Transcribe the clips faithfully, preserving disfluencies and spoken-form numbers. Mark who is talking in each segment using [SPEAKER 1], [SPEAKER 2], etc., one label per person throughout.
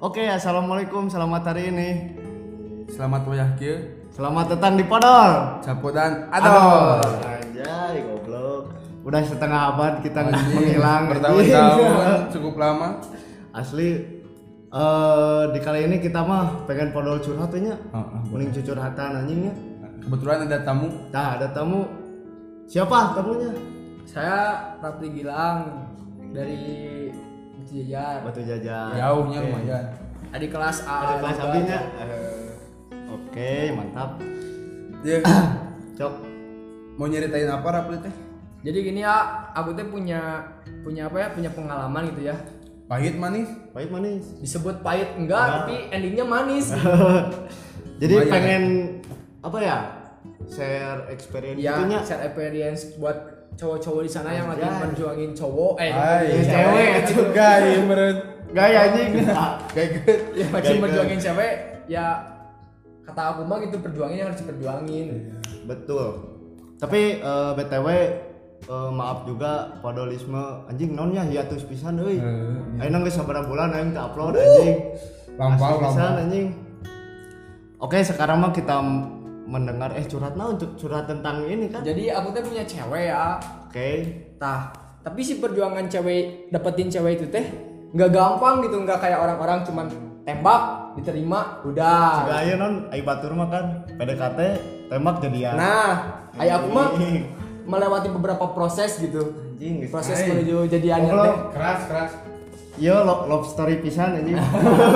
[SPEAKER 1] Oke, assalamualaikum, selamat hari ini.
[SPEAKER 2] Selamat wayah kieu.
[SPEAKER 1] Selamat datang di Podol.
[SPEAKER 2] Capodan adol.
[SPEAKER 1] Anjay, goblok. Udah setengah abad kita menghilang.
[SPEAKER 2] Bertahun-tahun cukup lama.
[SPEAKER 1] Asli eh di kali ini kita mah pengen Podol curhatnya.
[SPEAKER 2] Heeh.
[SPEAKER 1] Mending curhatan anjingnya.
[SPEAKER 2] Kebetulan ada tamu.
[SPEAKER 1] Nah, ada tamu. Siapa tamunya?
[SPEAKER 3] Saya Rapli Gilang dari Batu Jajar.
[SPEAKER 1] Batu Jajar.
[SPEAKER 2] Jauhnya
[SPEAKER 1] Oke.
[SPEAKER 2] lumayan.
[SPEAKER 3] Adik kelas A.
[SPEAKER 1] Ada kelas
[SPEAKER 3] juga.
[SPEAKER 1] abinya. Eh, Oke, mantap.
[SPEAKER 2] Dia
[SPEAKER 1] Cok.
[SPEAKER 2] mau nyeritain apa Rapli teh?
[SPEAKER 3] Jadi gini ya, aku tuh punya punya apa ya? Punya pengalaman gitu ya.
[SPEAKER 2] Pahit manis.
[SPEAKER 1] Pahit manis.
[SPEAKER 3] Disebut pahit enggak,
[SPEAKER 1] Enggak.
[SPEAKER 3] tapi endingnya manis.
[SPEAKER 1] Jadi
[SPEAKER 2] Lumayan.
[SPEAKER 1] pengen apa ya? Share experience
[SPEAKER 3] Ya,
[SPEAKER 1] itunya.
[SPEAKER 3] share experience buat cowok-cowok di sana yang lagi
[SPEAKER 1] Anjay.
[SPEAKER 3] perjuangin cowok, eh
[SPEAKER 2] Ay,
[SPEAKER 1] cewek.
[SPEAKER 2] itu gay meren.
[SPEAKER 1] Gaya anjing.
[SPEAKER 2] Kayak gitu.
[SPEAKER 3] ya masih
[SPEAKER 1] Kayak
[SPEAKER 3] perjuangin cewek, ya kata aku mah gitu perjuangin yang harus diperjuangin.
[SPEAKER 1] Betul. Tapi eh, B T W eh, maaf juga podolisme anjing nonnya hiatus pisan euy.
[SPEAKER 2] Eh,
[SPEAKER 1] Ayeuna geus sabaraha bulan aing teu upload anjing.
[SPEAKER 2] Lampau,
[SPEAKER 1] Asli pisan,
[SPEAKER 2] lampau.
[SPEAKER 1] anjing. Oke, sekarang mah kita mendengar eh curhat nah untuk curhat tentang ini kan.
[SPEAKER 3] Jadi aku tuh punya cewek ya.
[SPEAKER 1] Oke.
[SPEAKER 3] Tah, tapi si perjuangan cewek dapetin cewek itu teh nggak gampang gitu, nggak kayak orang-orang cuman tembak, diterima, udah.
[SPEAKER 1] Juga aya non ai batur mah kan P D K T tembak jadian.
[SPEAKER 3] Nah, ayah aku mah
[SPEAKER 1] Anjing.
[SPEAKER 3] melewati beberapa proses gitu.
[SPEAKER 1] Anjing, geus
[SPEAKER 3] Proses
[SPEAKER 1] aing.
[SPEAKER 3] menuju jadiannya
[SPEAKER 1] Goblok.
[SPEAKER 3] teh.
[SPEAKER 2] Keras keras.
[SPEAKER 1] Yo lo- love story pisan anjing.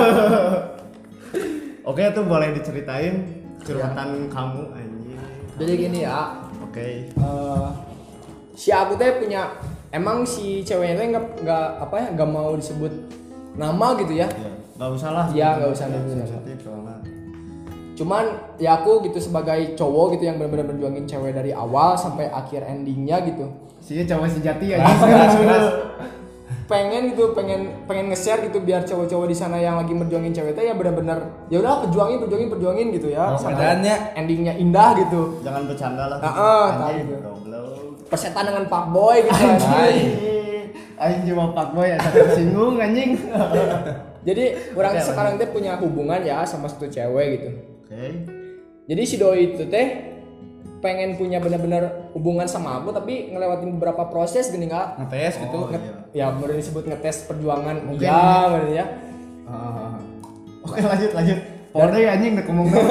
[SPEAKER 1] Oke, tuh boleh diceritain curhatan kamu anjing.
[SPEAKER 3] Jadi gini ya,
[SPEAKER 1] Oke.
[SPEAKER 3] eh, si aku teh punya, emang si ceweknya teh nggak nggak apa ya, nggak mau disebut nama gitu ya.
[SPEAKER 1] Ya, nggak usah lah.
[SPEAKER 3] Iya, nggak usah,
[SPEAKER 1] Ya,
[SPEAKER 3] nggak usah.
[SPEAKER 1] sensitif soalnya.
[SPEAKER 3] Cuman ya aku gitu sebagai cowok gitu yang benar-benar berjuangin cewek dari awal sampai akhir endingnya gitu.
[SPEAKER 1] Si cowok sejati ya.
[SPEAKER 2] Keras keras keras.
[SPEAKER 3] Pengen gitu, pengen pengen nge-share gitu biar cowok-cowok di sana yang lagi berjuangin cewek teh ya benar-benar ya udah perjuangin perjuangin perjuangin gitu ya.
[SPEAKER 2] Oh,
[SPEAKER 3] Sampai
[SPEAKER 2] keadaannya.
[SPEAKER 3] endingnya indah gitu.
[SPEAKER 1] Jangan bercanda lah.
[SPEAKER 3] Heeh,
[SPEAKER 1] anjing.
[SPEAKER 3] tahu.
[SPEAKER 1] Goblok.
[SPEAKER 3] Persetan dengan Pak Boy gitu.
[SPEAKER 1] Anjing. Anjing cuma Pak Boy asa tersinggung anjing.
[SPEAKER 3] Jadi orang
[SPEAKER 1] Oke,
[SPEAKER 3] sekarang teh punya hubungan ya sama satu cewek gitu.
[SPEAKER 1] Oke.
[SPEAKER 3] Jadi si doi itu teh pengen punya benar-benar hubungan sama aku tapi ngelewatin beberapa proses gini nggak?
[SPEAKER 2] Ngetes gitu.
[SPEAKER 1] Oh,
[SPEAKER 3] Nge-
[SPEAKER 1] iya.
[SPEAKER 3] ya bener disebut ngetes perjuangan.
[SPEAKER 1] Mungkin
[SPEAKER 3] Iya,
[SPEAKER 1] ini-
[SPEAKER 3] bener ya.
[SPEAKER 1] Ah. Oke, lanjut lanjut. Pokoknya ya anjing udah ngomong dong.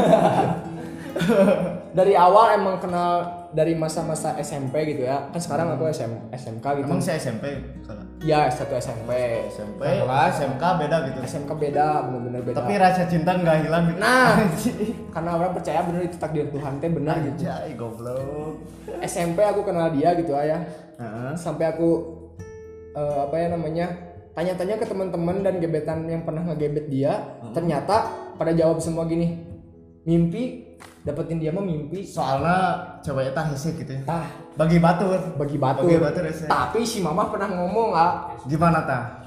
[SPEAKER 3] Dari awal emang kenal dari masa-masa S M P gitu ya. Kan sekarang aku S M S M K gitu.
[SPEAKER 1] Emang saya S M P salah.
[SPEAKER 3] Iya, satu S M P.
[SPEAKER 1] S M P,
[SPEAKER 2] Kelas.
[SPEAKER 1] S M K beda gitu.
[SPEAKER 3] S M K beda, bener-bener beda.
[SPEAKER 1] Tapi rasa cinta nggak hilang gitu.
[SPEAKER 3] Nah, karena orang percaya bener itu takdir Tuhan teh benar gitu.
[SPEAKER 1] Anjay, goblok.
[SPEAKER 3] S M P aku kenal dia gitu ya.
[SPEAKER 1] Heeh.
[SPEAKER 3] Sampai aku eh, apa ya namanya? Tanya-tanya ke teman-teman dan gebetan yang pernah ngegebet dia, ternyata pada jawab semua gini. Mimpi, dapetin dia mah mimpi.
[SPEAKER 1] Soalnya cewek eta hese gitu ya.
[SPEAKER 3] Tah,
[SPEAKER 1] Bagi batur.
[SPEAKER 3] bagi batu.
[SPEAKER 1] Bagi batur hese.
[SPEAKER 3] Tapi si mama pernah ngomong ah,
[SPEAKER 1] Gimana tah?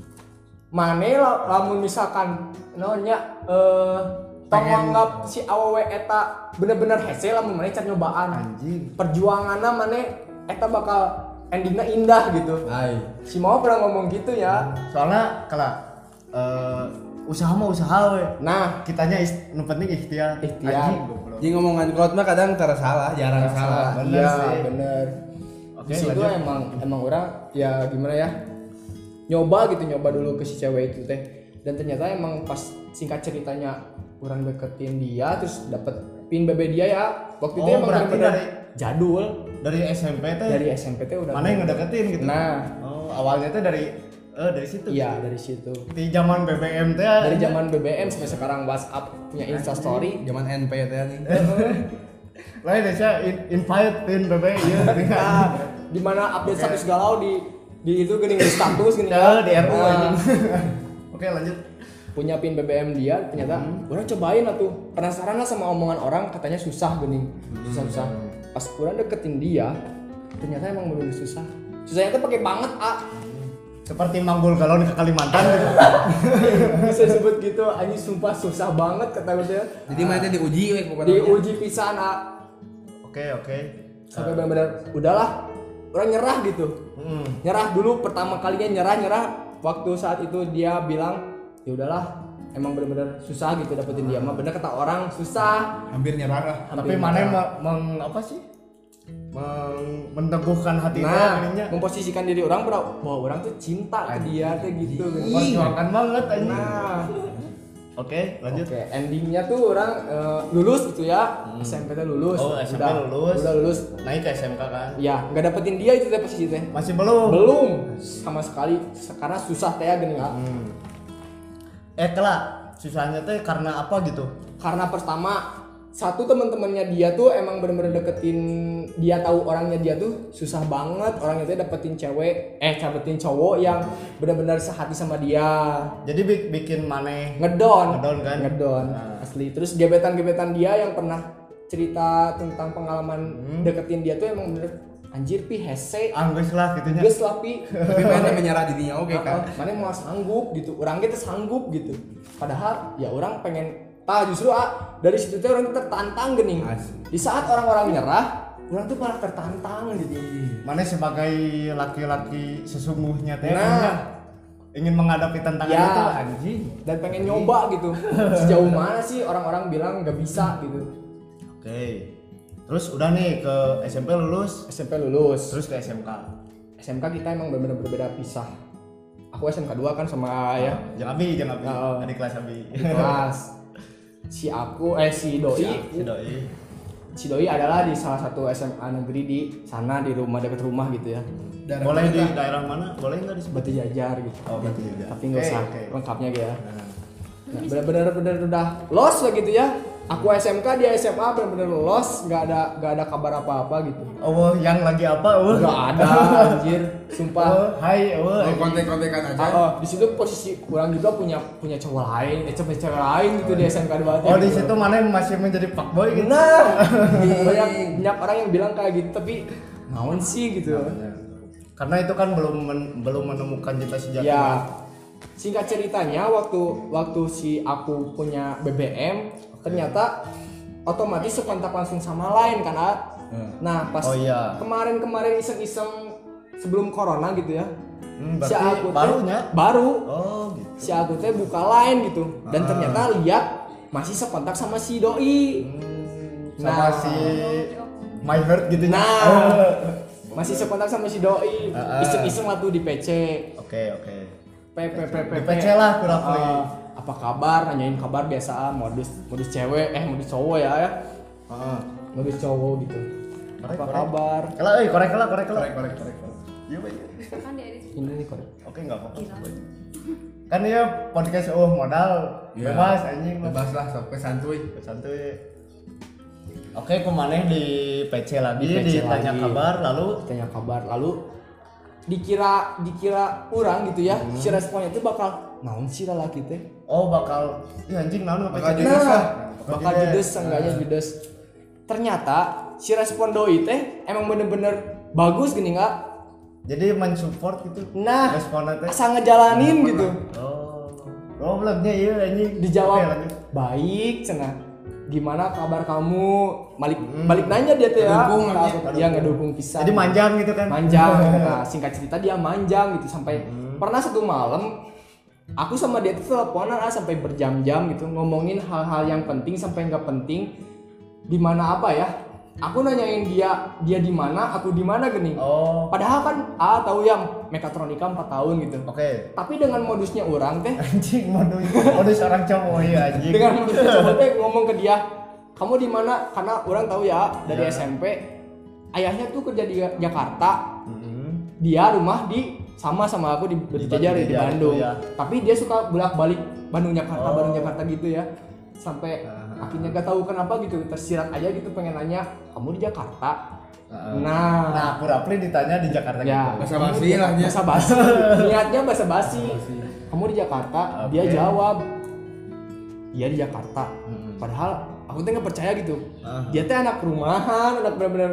[SPEAKER 3] mane la- lamun misalkan naonnya eh tong
[SPEAKER 1] Pengen-
[SPEAKER 3] nganggap si awewe eta bener-bener hese lamun mane can nyobaan.
[SPEAKER 1] Anjing.
[SPEAKER 3] Perjuanganna mane eta bakal endingnya indah gitu.
[SPEAKER 2] Hai.
[SPEAKER 3] Si mama pernah ngomong gitu ya.
[SPEAKER 1] Soalnya kalau eh, usaha mah usaha we.
[SPEAKER 3] Nah,
[SPEAKER 1] Kitanya is, nu penting ikhtiar.
[SPEAKER 3] Ikhtiar.
[SPEAKER 1] Anjing, goblok.
[SPEAKER 2] Jadi ngomongan kolot mah kadang tara salah, jarang salah.
[SPEAKER 1] Bener
[SPEAKER 3] iya
[SPEAKER 1] sih.
[SPEAKER 3] bener.
[SPEAKER 1] Oke,
[SPEAKER 3] Di situ
[SPEAKER 1] lanjut.
[SPEAKER 3] emang emang orang ya gimana ya, nyoba gitu nyoba dulu ke si cewek itu teh, dan ternyata emang pas singkat ceritanya orang deketin dia terus dapet pin B B dia ya waktu itu
[SPEAKER 1] Oh,
[SPEAKER 3] emang
[SPEAKER 1] berarti
[SPEAKER 3] bener-bener
[SPEAKER 1] dari-
[SPEAKER 3] jadul
[SPEAKER 1] Dari S M P teh.
[SPEAKER 3] dari S M P teh udah
[SPEAKER 1] mana yang ngedeketin gitu.
[SPEAKER 3] Nah,
[SPEAKER 1] Oh, awalnya teh dari eh dari situ.
[SPEAKER 3] iya dari situ,
[SPEAKER 1] Di zaman B B M teh.
[SPEAKER 3] dari zaman B B M sampai sekarang WhatsApp punya Insta Story.
[SPEAKER 2] Zaman N P teh nih.
[SPEAKER 1] Lain Indonesia in- invite pin B B ieu
[SPEAKER 3] Nah, di mana update status galau di di itu gini di status gini
[SPEAKER 1] Ya, di R U
[SPEAKER 3] Nah,
[SPEAKER 1] anjing. Oke, lanjut.
[SPEAKER 3] punya pin B B M dia ternyata orang cobain lah tuh, penasaran lah sama omongan orang katanya susah gini, susah susah pas orang deketin dia ternyata emang bener susah, susahnya tuh pakai banget ah.
[SPEAKER 1] Seperti manggul galon ke Kalimantan gitu.
[SPEAKER 3] Bisa disebut gitu anjing, sumpah susah banget kata gue.
[SPEAKER 2] Jadi mana teh diuji we pokoknya.
[SPEAKER 3] Diuji pisan ah,
[SPEAKER 1] Oke, oke.
[SPEAKER 3] sampai benar-benar udahlah orang nyerah gitu.
[SPEAKER 1] Hmm.
[SPEAKER 3] Nyerah dulu pertama kalinya, nyerah nyerah waktu saat itu dia bilang ya udahlah emang bener-bener susah gitu dapetin dia mah, bener kata orang susah.
[SPEAKER 2] Hampir nyerah lah.
[SPEAKER 1] Tapi
[SPEAKER 3] Hampir
[SPEAKER 1] mana
[SPEAKER 3] nyerah.
[SPEAKER 1] me- meng apa sih? Meng, meneguhkan hati teh
[SPEAKER 3] Nah,
[SPEAKER 1] ininya.
[SPEAKER 3] memposisikan diri orang bahwa bahwa orang tuh cinta ke dia tuh gitu.
[SPEAKER 1] Memperjuangkan banget anjing.
[SPEAKER 3] Nah,
[SPEAKER 1] Oke, lanjut.
[SPEAKER 3] oke, endingnya tuh orang eh, lulus gitu ya, S M P teh lulus.
[SPEAKER 1] Oh, S M P
[SPEAKER 3] Udah-
[SPEAKER 1] lulus.
[SPEAKER 3] Udah lulus.
[SPEAKER 1] Naik ke S M K kan?
[SPEAKER 3] Ya, nggak dapetin dia itu teh posisi teh.
[SPEAKER 1] Masih belum.
[SPEAKER 3] Belum sama sekali, karena susah teh ya gini nggak.
[SPEAKER 1] Hmm. Eh, kelak susahnya teh karena apa gitu?
[SPEAKER 3] Karena pertama satu teman-temannya dia tuh emang bener-bener deketin, dia tahu orangnya dia tuh susah banget orangnya tuh dapetin cewek eh dapetin cowok yang bener-bener sehati sama dia.
[SPEAKER 1] Jadi bi- bikin maneh
[SPEAKER 3] Ngedon
[SPEAKER 1] Ngedon kan?
[SPEAKER 3] ngedon
[SPEAKER 1] Nah.
[SPEAKER 3] asli. Terus gebetan-gebetan dia yang pernah cerita tentang pengalaman
[SPEAKER 1] Hmm.
[SPEAKER 3] deketin dia tuh emang bener anjir pi hese
[SPEAKER 1] anggus lah gitunya.
[SPEAKER 3] geus lah pi.
[SPEAKER 2] Tapi mana menyerah dirinya oke kan.
[SPEAKER 3] Mana mau sanggup gitu, orang kita sanggup gitu. Padahal ya orang pengen, ah justru ah dari situ tuh orang tertantang gening.
[SPEAKER 2] Asli.
[SPEAKER 3] Di saat orang-orang nyerah, orang tuh malah tertantang gitu.
[SPEAKER 1] Mana sebagai laki-laki sesungguhnya teh
[SPEAKER 3] Nah.
[SPEAKER 1] punya ingin menghadapi tantangan
[SPEAKER 3] Ya.
[SPEAKER 1] itu anjing.
[SPEAKER 3] Dan pengen nyoba gitu. Sejauh mana sih orang-orang bilang nggak bisa gitu.
[SPEAKER 1] Oke. Terus udah nih ke S M P lulus,
[SPEAKER 3] S M P lulus.
[SPEAKER 1] terus ke S M K.
[SPEAKER 3] S M K kita emang benar-benar berbeda pisah. Aku S M K dua kan sama ya
[SPEAKER 1] Jangan Abi, jangan Abi.
[SPEAKER 3] Oh.
[SPEAKER 1] Adik kelas Abi.
[SPEAKER 3] di kelas. Si aku eh si Doi
[SPEAKER 1] Si doi.
[SPEAKER 3] si Doi adalah di salah satu S M A negeri di sana, di rumah dekat rumah gitu ya.
[SPEAKER 2] Daerah
[SPEAKER 1] Boleh
[SPEAKER 2] mana,
[SPEAKER 1] di
[SPEAKER 2] Kak?
[SPEAKER 1] daerah mana? Boleh nggak disebut?
[SPEAKER 3] Batu Jajar gitu.
[SPEAKER 1] Oh, Batu Jajar.
[SPEAKER 3] Tapi nggak
[SPEAKER 1] Oke,
[SPEAKER 3] usah
[SPEAKER 1] oke.
[SPEAKER 3] lengkapnya gitu ya.
[SPEAKER 1] Nah.
[SPEAKER 3] Nah, benar-benar benar udah los lah gitu ya. Aku S M K, dia S M A benar-benar los, nggak ada nggak ada kabar apa-apa gitu.
[SPEAKER 1] Oh, yang lagi apa? Oh,
[SPEAKER 3] Nggak ada anjir, sumpah.
[SPEAKER 1] Oh, hai, oh.
[SPEAKER 2] Oh, kontek-kontekan aja.
[SPEAKER 3] Ah, oh, di situ posisi kurang juga punya punya cowok lain, eh cewek cewek lain gitu di S M K dua.
[SPEAKER 1] Oh, di situ mana masih menjadi fuckboy gitu.
[SPEAKER 3] Nah, banyak banyak orang yang bilang kayak gitu, tapi naon sih gitu.
[SPEAKER 1] Karena itu kan belum men- belum menemukan cinta sejati.
[SPEAKER 3] Ya, singkat ceritanya waktu waktu si aku punya B B M, ternyata otomatis sekontak langsung sama lain kan, A? Nah, pas
[SPEAKER 1] Oh, iya.
[SPEAKER 3] kemarin-kemarin iseng-iseng sebelum corona gitu ya.
[SPEAKER 1] Hmm,
[SPEAKER 3] Si
[SPEAKER 1] berarti
[SPEAKER 3] aku teh-
[SPEAKER 1] barunya?
[SPEAKER 3] baru
[SPEAKER 1] Oh, gitu.
[SPEAKER 3] si aku teh buka lain gitu dan
[SPEAKER 1] Ah.
[SPEAKER 3] ternyata lihat masih sekontak sama si Doi.
[SPEAKER 1] Sama
[SPEAKER 3] Nah.
[SPEAKER 1] si My Heart gitu.
[SPEAKER 3] Nah, masih sekontak sama si Doi.
[SPEAKER 1] Ah, ah.
[SPEAKER 3] Iseng-iseng lah tuh di P C.
[SPEAKER 1] Oke, oke.
[SPEAKER 3] P P P P
[SPEAKER 1] Di P C lah, pura-pura.
[SPEAKER 3] Ah, apa kabar? Nanyain kabar biasa, modus modus cewek, eh modus cowok ya ya.
[SPEAKER 1] Heeh.
[SPEAKER 3] Modus cowok gitu.
[SPEAKER 1] Korek,
[SPEAKER 3] Apa
[SPEAKER 1] korek.
[SPEAKER 3] kabar?
[SPEAKER 1] Kela, eh korek kela, korek kela.
[SPEAKER 2] Korek, korek, korek, korek.
[SPEAKER 1] Iya, Bay.
[SPEAKER 4] Kan di edit.
[SPEAKER 3] Ini nih korek.
[SPEAKER 1] Oke, enggak apa-apa. Bay. Kan ya podcast oh modal
[SPEAKER 2] Iya.
[SPEAKER 1] bebas anjing mah.
[SPEAKER 2] Bebas lah, sok santuy.
[SPEAKER 1] Santuy. Oke, kemana di P C lagi,
[SPEAKER 3] Di P C
[SPEAKER 1] ditanya
[SPEAKER 3] lagi.
[SPEAKER 1] kabar, lalu
[SPEAKER 3] Tanya kabar, lalu dikira dikira orang gitu ya.
[SPEAKER 1] Hmm.
[SPEAKER 3] Si responnya itu bakal naon sih lalaki teh.
[SPEAKER 1] oh bakal, ya anjing naon apa
[SPEAKER 2] Bakal
[SPEAKER 1] sih?
[SPEAKER 2] judes lah.
[SPEAKER 3] bakal judes, enggaknya judes. Ternyata si respon Doi teh emang bener-bener bagus gini nggak?
[SPEAKER 1] Jadi mensupport gitu.
[SPEAKER 3] Nah,
[SPEAKER 1] responnya teh.
[SPEAKER 3] asal ngejalanin gitu.
[SPEAKER 1] Oh. Gobloknya iya anjing.
[SPEAKER 3] Dijawab
[SPEAKER 1] Oke, lanjut.
[SPEAKER 3] baik cenah. Gimana kabar kamu? Balik balik nanya dia tuh ya.
[SPEAKER 2] Ngedukung,
[SPEAKER 3] Nah,
[SPEAKER 2] artinya.
[SPEAKER 3] dia ngedukung pisan.
[SPEAKER 1] Jadi manjang gitu kan.
[SPEAKER 3] Manjang. Nah, singkat cerita dia manjang gitu sampai
[SPEAKER 1] Hmm.
[SPEAKER 3] pernah satu malam aku sama dia tuh teleponan ah, sampai berjam-jam gitu ngomongin hal-hal yang penting sampai nggak penting. Di mana apa ya? Aku nanyain dia dia di mana, aku di mana gini.
[SPEAKER 1] Oh.
[SPEAKER 3] Padahal kan ah tahu yang mekatronika empat tahun gitu.
[SPEAKER 1] Oke.
[SPEAKER 3] Tapi dengan modusnya orang teh
[SPEAKER 1] Anjing modus modus orang cowok ya anjing.
[SPEAKER 3] dengan modusnya coba teh ngomong ke dia, kamu di mana? Karena orang tahu ya dari
[SPEAKER 1] Ya.
[SPEAKER 3] S M P ayahnya tuh kerja di Jakarta,
[SPEAKER 1] Mm-hmm.
[SPEAKER 3] dia rumah di sama sama aku di di,
[SPEAKER 1] Di
[SPEAKER 3] Jajar,
[SPEAKER 1] Batu
[SPEAKER 3] di
[SPEAKER 1] Jajar,
[SPEAKER 3] Bandung.
[SPEAKER 1] ya.
[SPEAKER 3] Tapi dia suka bolak-balik Bandung Jakarta,
[SPEAKER 1] Oh.
[SPEAKER 3] Bandung Jakarta gitu ya. Sampai
[SPEAKER 1] Ah.
[SPEAKER 3] akhirnya gak tahu kenapa gitu tersirat aja gitu pengen nanya, kamu di Jakarta?
[SPEAKER 1] Heeh.
[SPEAKER 3] Nah,
[SPEAKER 1] Nah, pura-pura ditanya di Jakarta
[SPEAKER 3] ya,
[SPEAKER 1] gitu.
[SPEAKER 2] Basa-basi lah, dia.
[SPEAKER 3] Basa basi. Niatnya basa basi. Kamu di Jakarta? Dia
[SPEAKER 1] Oke.
[SPEAKER 3] jawab, iya di Jakarta.
[SPEAKER 1] Mm-mm.
[SPEAKER 3] Padahal aku tuh nggak percaya gitu.
[SPEAKER 1] Ah.
[SPEAKER 3] Dia tuh anak rumahan, anak bener-bener,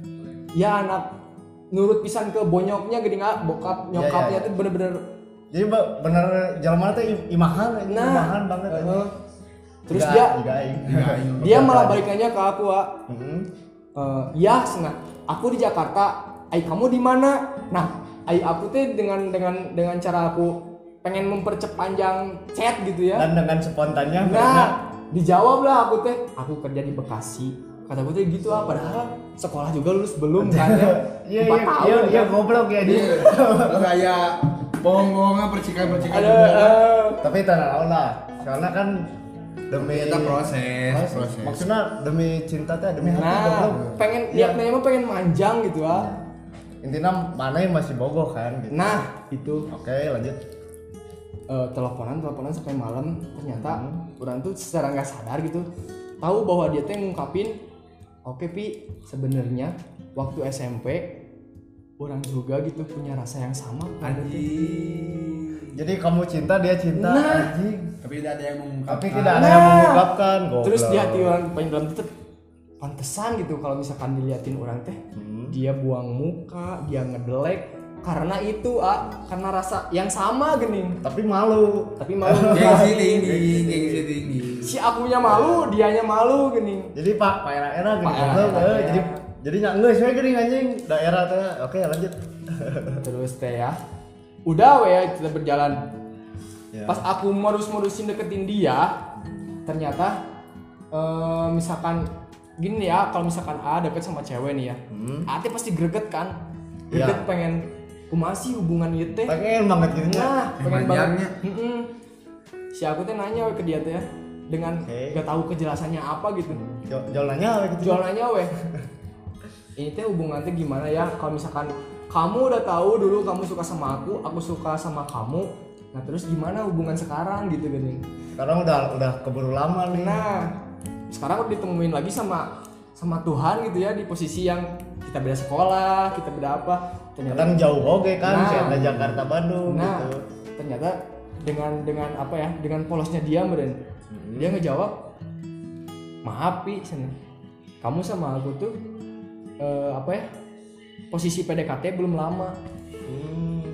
[SPEAKER 3] ya anak nurut pisan ke bonyoknya, gini nggak, bokap
[SPEAKER 1] Iya,
[SPEAKER 3] nyokapnya
[SPEAKER 1] iya, iya.
[SPEAKER 3] tuh bener-bener.
[SPEAKER 1] Jadi be- bener jalan teh im- imahan,
[SPEAKER 3] Nah,
[SPEAKER 1] imahan banget.
[SPEAKER 3] uh,
[SPEAKER 1] anjing.
[SPEAKER 3] terus
[SPEAKER 1] Juga-
[SPEAKER 3] dia,
[SPEAKER 1] juga aing.
[SPEAKER 3] dia malah balik nanya ke aku, ah,
[SPEAKER 1] Mm-hmm.
[SPEAKER 3] Eh, ya, senang. Aku di Jakarta. Ai kamu di mana? Nah, ai aku tuh dengan dengan dengan cara aku pengen mempercepanjang chat gitu ya.
[SPEAKER 1] Dan dengan spontannya
[SPEAKER 3] Nah, dijawab lah aku teh, aku kerja di Bekasi. Kata gue teh gitu ah, padahal sekolah juga lulus belum kan ya.
[SPEAKER 1] Iya
[SPEAKER 3] Empat
[SPEAKER 1] iya
[SPEAKER 3] tahun
[SPEAKER 1] iya iya
[SPEAKER 3] kan.
[SPEAKER 1] goblok ya dia.
[SPEAKER 2] Kayak bohong-bohongan percikan-percikan
[SPEAKER 3] Ada
[SPEAKER 2] juga kan.
[SPEAKER 3] eh,
[SPEAKER 1] Tapi tanah Allah lah. Soalnya kan demi
[SPEAKER 2] Kita proses,
[SPEAKER 1] proses.
[SPEAKER 2] proses.
[SPEAKER 1] Maksudnya demi cinta teh demi hati
[SPEAKER 3] nah,
[SPEAKER 1] goblok.
[SPEAKER 3] pengen
[SPEAKER 1] Iya.
[SPEAKER 3] niatnya mah pengen manjang gitu ah.
[SPEAKER 1] Intinya mana yang masih bogoh kan gitu.
[SPEAKER 3] Nah, itu
[SPEAKER 1] Oke, lanjut.
[SPEAKER 3] eh, teleponan teleponan sampai malam, ternyata orang tuh secara nggak sadar gitu tahu bahwa dia tuh ngungkapin, oke Pi, sebenarnya waktu S M P orang juga gitu punya rasa yang sama pada teh."
[SPEAKER 2] Anjing.
[SPEAKER 1] Jadi kamu cinta dia cinta
[SPEAKER 3] Nah.
[SPEAKER 1] anjing.
[SPEAKER 2] Tapi tidak ada yang mengungkapkan.
[SPEAKER 1] Tapi tidak ada yang
[SPEAKER 3] Nah.
[SPEAKER 1] mengungkapkan goblok.
[SPEAKER 3] Terus di hati orang paling dalam itu pantesan gitu kalau misalkan diliatin orang teh
[SPEAKER 1] Hmm.
[SPEAKER 3] dia buang muka, dia ngedelek karena itu ah, karena rasa yang sama gening.
[SPEAKER 1] Tapi malu.
[SPEAKER 3] Tapi malu
[SPEAKER 2] Gengsi tinggi, gengsi tinggi.
[SPEAKER 3] si akunya malu, dianya malu gening.
[SPEAKER 1] Jadi Pak, Pak era-era gini
[SPEAKER 3] Pak
[SPEAKER 1] goblok.
[SPEAKER 3] era-era,
[SPEAKER 1] eh.
[SPEAKER 3] ya.
[SPEAKER 1] Jadi jadi nya geus we geuning anjing daerah teh. Oke, lanjut.
[SPEAKER 3] Terus teh ya udah we ya kita berjalan.
[SPEAKER 1] Ya.
[SPEAKER 3] Pas aku modus-modusin deketin dia, ternyata eh, misalkan gini ya, kalau misalkan A deket sama cewek nih ya,
[SPEAKER 1] Hmm.
[SPEAKER 3] A teh pasti greget kan,
[SPEAKER 1] Iya.
[SPEAKER 3] greget pengen kumaha sih hubungan ieu teh.
[SPEAKER 1] Pengen banget gitu nya.
[SPEAKER 3] Nah, pengen
[SPEAKER 2] Manjangnya.
[SPEAKER 3] banget. Mm-mm. Si aku teh nanya we ke dia teh ya, dengan
[SPEAKER 1] Oke.
[SPEAKER 3] gak tahu kejelasannya apa gitu.
[SPEAKER 1] Jo- Jual nanya we gitu.
[SPEAKER 3] Jual nanya weh. Ini teh hubungan teh gimana ya? Kalau misalkan kamu udah tahu dulu kamu suka sama aku, aku suka sama kamu. Nah terus gimana hubungan sekarang gitu gini?
[SPEAKER 1] Sekarang udah udah keburu lama nih.
[SPEAKER 3] Nah sekarang udah ditemuin lagi sama sama Tuhan gitu ya di posisi yang kita beda sekolah, kita beda apa? Ternyata
[SPEAKER 1] Kadang jauh oke kan,
[SPEAKER 3] Nah.
[SPEAKER 1] sih ada Jakarta Bandung
[SPEAKER 3] nah
[SPEAKER 1] gitu.
[SPEAKER 3] ternyata dengan dengan apa ya? Dengan polosnya dia meren,
[SPEAKER 1] Hmm.
[SPEAKER 3] dia ngejawab, maaf Pi, sana. Kamu sama aku tuh eh, apa ya? Posisi P D K T belum lama.
[SPEAKER 1] Hmm.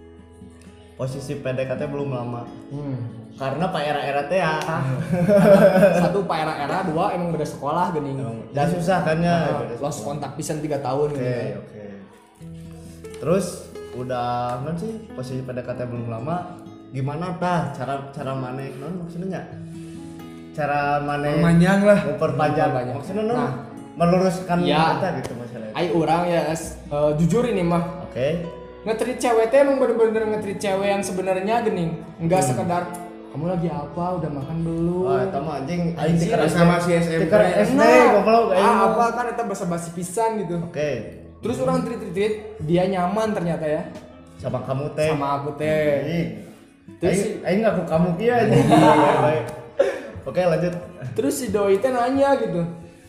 [SPEAKER 1] Posisi P D K T belum lama.
[SPEAKER 3] Hmm.
[SPEAKER 1] Karena Pak era-era teh ya.
[SPEAKER 3] Satu Pak era-era, dua emang beda sekolah gening.
[SPEAKER 1] Dan susah kan ya.
[SPEAKER 3] Nah, lost kontak pisan tiga tahun
[SPEAKER 1] Oke,
[SPEAKER 3] gitu.
[SPEAKER 1] oke. Terus udah non sih posisi P D K T belum lama. Gimana tah cara cara mana non maksudnya? Cara mana
[SPEAKER 2] Memanjang lah.
[SPEAKER 1] memperpanjang
[SPEAKER 3] Memperpanjang.
[SPEAKER 1] maksudnya non
[SPEAKER 3] Nah.
[SPEAKER 1] meluruskan
[SPEAKER 3] Ya.
[SPEAKER 1] kita gitu masalahnya.
[SPEAKER 3] Ai orang ya es, eh, jujur ini mah
[SPEAKER 1] Oke.
[SPEAKER 3] nge-treat cewek teh emang bener-bener nge-treat cewek yang sebenarnya gening. Enggak
[SPEAKER 1] Hmm.
[SPEAKER 3] sekedar kamu lagi apa, udah makan belum?
[SPEAKER 1] Wah, eta mah anjing aing
[SPEAKER 3] Anjing,
[SPEAKER 1] tikar
[SPEAKER 2] sama si S M P.
[SPEAKER 1] tikar S D
[SPEAKER 3] Nah,
[SPEAKER 1] goblok aing.
[SPEAKER 3] ah,
[SPEAKER 1] mah.
[SPEAKER 3] apa kan eta basa-basi pisan gitu.
[SPEAKER 1] Oke.
[SPEAKER 3] Terus orang treat-treat dia nyaman ternyata ya
[SPEAKER 1] Sama kamu teh.
[SPEAKER 3] sama aku teh.
[SPEAKER 1] Anjing.
[SPEAKER 3] Terus
[SPEAKER 1] Aing
[SPEAKER 3] si-
[SPEAKER 1] aing ngaku kamu kieu anjing. Baik, baik. Oke, lanjut.
[SPEAKER 3] Terus si doi teh nanya gitu,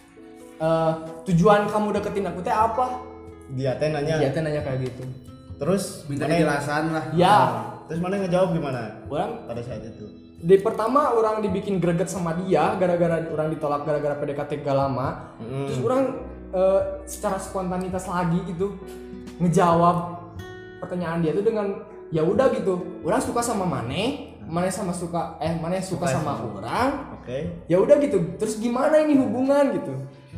[SPEAKER 3] "Eh, tujuan kamu deketin aku teh apa?"
[SPEAKER 1] Dia teh nanya.
[SPEAKER 3] Dia teh nanya kayak gitu.
[SPEAKER 1] Terus
[SPEAKER 2] Minta
[SPEAKER 1] mana-
[SPEAKER 2] kejelasan lah.
[SPEAKER 3] Ya,
[SPEAKER 1] Terus mana ngejawab gimana?
[SPEAKER 3] orang
[SPEAKER 1] Pada saat itu.
[SPEAKER 3] di pertama orang dibikin greget sama dia gara-gara orang ditolak gara-gara P D K T gak lama.
[SPEAKER 1] Mm.
[SPEAKER 3] Terus orang eh, secara spontanitas lagi gitu ngejawab pertanyaan dia tuh dengan ya udah gitu. Orang suka sama Mane, Mane sama suka eh Mane suka
[SPEAKER 1] Suka
[SPEAKER 3] sama
[SPEAKER 1] sama-
[SPEAKER 3] orang.
[SPEAKER 1] Oke.
[SPEAKER 3] Ya udah gitu. Terus gimana ini hubungan gitu?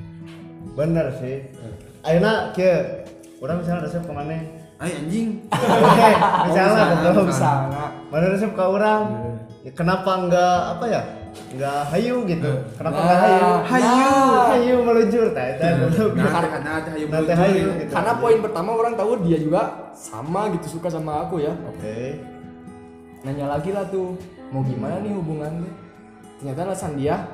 [SPEAKER 1] Bener sih. Ayeuna kieu urang misalnya resep ke mana?
[SPEAKER 2] Ay anjing.
[SPEAKER 1] Oke, misalnya
[SPEAKER 2] misalnya,
[SPEAKER 1] goblok.
[SPEAKER 3] Misalnya
[SPEAKER 1] Mana resep ke orang? Ya, kenapa enggak apa ya? Enggak hayu gitu. Kenapa enggak
[SPEAKER 3] Nah,
[SPEAKER 1] hayu?
[SPEAKER 3] hayu.
[SPEAKER 1] Hayu meluncur tah eta goblok.
[SPEAKER 2] Nah, karena ada hayu
[SPEAKER 1] Nanti
[SPEAKER 2] meluncur
[SPEAKER 1] hayu
[SPEAKER 2] ya.
[SPEAKER 1] gitu.
[SPEAKER 3] karena poin pertama orang tahu dia juga sama gitu suka sama aku ya.
[SPEAKER 1] Oke.
[SPEAKER 3] Nanya lagi lah tuh mau gimana nih hubungannya. Ternyata alasan dia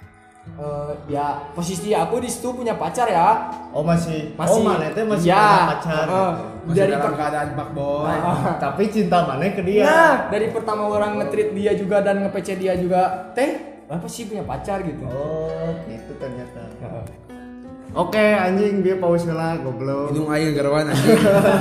[SPEAKER 3] eh, ya posisi aku di situ punya pacar ya.
[SPEAKER 1] Oh masih,
[SPEAKER 3] Masih.
[SPEAKER 1] oh mana teh masih
[SPEAKER 3] Ya,
[SPEAKER 1] punya pacar.
[SPEAKER 3] eh,
[SPEAKER 1] gitu.
[SPEAKER 2] Masih
[SPEAKER 3] dari
[SPEAKER 2] dalam
[SPEAKER 3] per-
[SPEAKER 2] keadaan pak boy.
[SPEAKER 3] Ah.
[SPEAKER 1] Tapi cinta mana ke dia?
[SPEAKER 3] Nah, dari pertama orang nge-treat dia juga dan nge-P C dia juga, teh, apa sih punya pacar gitu.
[SPEAKER 1] Oh, gitu ternyata.
[SPEAKER 3] Heeh.
[SPEAKER 1] Oke, anjing dia pause lah goblok.
[SPEAKER 2] Hidung aing garawan anjing.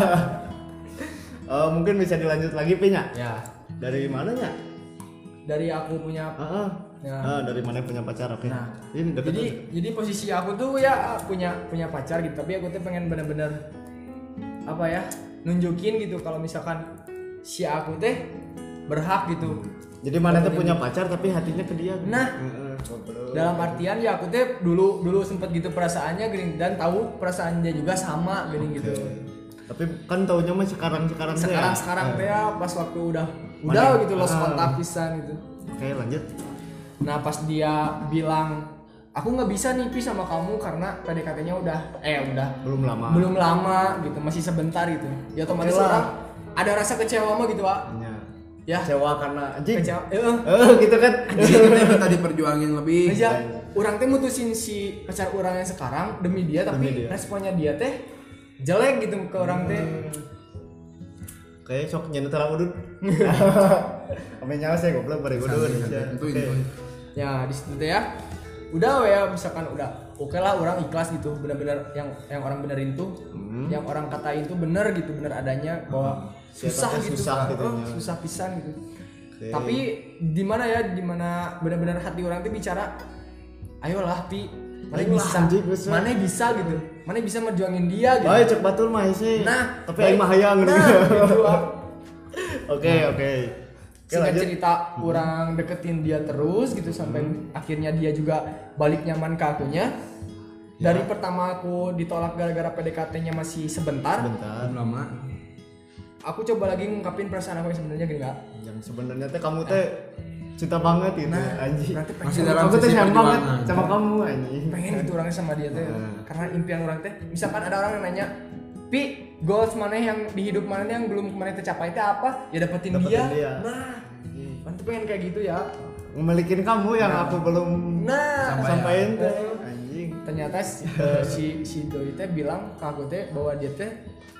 [SPEAKER 1] Eh, mungkin bisa dilanjut lagi pinya.
[SPEAKER 3] Ya,
[SPEAKER 1] Dari mananya?
[SPEAKER 3] dari aku punya
[SPEAKER 1] Heeh.
[SPEAKER 3] Ya.
[SPEAKER 1] Ah, dari mana punya pacar? Oke.
[SPEAKER 3] Nah,
[SPEAKER 1] ini deket
[SPEAKER 3] jadi jadi posisi aku tuh ya punya punya pacar gitu, tapi aku tuh pengen bener-bener apa ya nunjukin gitu kalau misalkan si aku teh berhak gitu.
[SPEAKER 1] Jadi mana tuh punya pacar tapi hatinya ke dia.
[SPEAKER 3] Nah,
[SPEAKER 1] Heeh, goblok.
[SPEAKER 3] dalam artian ya aku teh dulu dulu sempet gitu perasaannya gini dan tahu perasaan dia juga sama gini gitu.
[SPEAKER 1] Tapi kan taunya mah sekarang-sekarang teh ya.
[SPEAKER 3] Sekarang-sekarang teh ya pas waktu udah
[SPEAKER 1] Mana?
[SPEAKER 3] udah gitu lost
[SPEAKER 1] Ah.
[SPEAKER 3] kontak pisan gitu.
[SPEAKER 1] Oke, lanjut.
[SPEAKER 3] Nah pas dia bilang aku nggak bisa nih Pi sama kamu karena P D K T-nya udah eh udah
[SPEAKER 1] Belum lama.
[SPEAKER 3] belum lama gitu, masih sebentar gitu. Ya otomatis
[SPEAKER 1] Oke lah.
[SPEAKER 3] orang ada rasa kecewa mah gitu, Pak.
[SPEAKER 1] Ya.
[SPEAKER 3] Ya.
[SPEAKER 1] Kecewa karena anjing.
[SPEAKER 3] Kecewa. Eh,
[SPEAKER 1] Eh, gitu kan.
[SPEAKER 2] Anjing teh minta diperjuangin lebih.
[SPEAKER 3] aja orang teh mutusin si pacar orang yang sekarang demi dia tapi
[SPEAKER 1] Demi dia.
[SPEAKER 3] responnya dia teh jelek gitu ke orang teh.
[SPEAKER 1] Kayak sok nyentuh terang udun. Ame nyawa saya goblok bari udun.
[SPEAKER 2] Santai,
[SPEAKER 1] Oke.
[SPEAKER 2] santai.
[SPEAKER 3] Ya di situ teh ya. Udah we ya misalkan udah oke lah orang ikhlas gitu benar-benar yang yang orang benerin tuh
[SPEAKER 1] Hmm.
[SPEAKER 3] yang orang katain tuh bener gitu bener adanya bahwa
[SPEAKER 1] Si
[SPEAKER 3] susah
[SPEAKER 1] etanya
[SPEAKER 3] gitu
[SPEAKER 1] susah gitu
[SPEAKER 3] Oh,
[SPEAKER 1] nya.
[SPEAKER 3] susah pisan gitu.
[SPEAKER 1] Oke.
[SPEAKER 3] Tapi di mana ya di mana benar-benar hati orang tuh bicara ayolah Pi mana
[SPEAKER 1] Ayolah,
[SPEAKER 3] bisa
[SPEAKER 1] anjing, bisa.
[SPEAKER 3] mana bisa gitu mana bisa merjuangin dia gitu.
[SPEAKER 1] Baik, cek batul mah sih.
[SPEAKER 3] Nah,
[SPEAKER 1] tapi
[SPEAKER 3] baik.
[SPEAKER 1] aing mah hayang
[SPEAKER 3] Nah,
[SPEAKER 1] gitu.
[SPEAKER 3] gitu, Pak.
[SPEAKER 1] Oke, oke. Oke,
[SPEAKER 3] Singkat
[SPEAKER 1] lanjut.
[SPEAKER 3] cerita orang deketin dia terus gitu sampai akhirnya dia juga balik nyaman ke akunya.
[SPEAKER 1] Ya.
[SPEAKER 3] Dari pertama aku ditolak gara-gara P D K T-nya masih sebentar,
[SPEAKER 1] Bentar.
[SPEAKER 2] Belum lama.
[SPEAKER 3] aku coba lagi ngungkapin perasaan aku yang sebenarnya gini Kak.
[SPEAKER 1] Yang sebenarnya teh kamu teh cinta banget gitu
[SPEAKER 3] Nah,
[SPEAKER 1] anjing.
[SPEAKER 3] berarti pengen,
[SPEAKER 2] Masih dalam
[SPEAKER 1] Aku teh
[SPEAKER 2] sisi
[SPEAKER 1] sayang banget
[SPEAKER 2] perjuangan.
[SPEAKER 1] sama kamu anjing.
[SPEAKER 3] pengen gitu orangnya sama dia teh.
[SPEAKER 1] Nah.
[SPEAKER 3] Karena impian orang teh, misalkan ada orang yang nanya, "Pi, goals mana yang di hidup mana yang belum kemarin tercapai teh apa?" Ya dapetin,
[SPEAKER 1] Dapetin
[SPEAKER 3] dia.
[SPEAKER 1] dia.
[SPEAKER 3] Nah, kan tuh pengen kayak gitu ya.
[SPEAKER 1] Memilikin kamu yang aku belum
[SPEAKER 3] Nah,
[SPEAKER 1] sampaikan teh
[SPEAKER 3] Eh,
[SPEAKER 1] anjing.
[SPEAKER 3] ternyata si, eh, si si doi teh bilang ke aku teh bahwa dia teh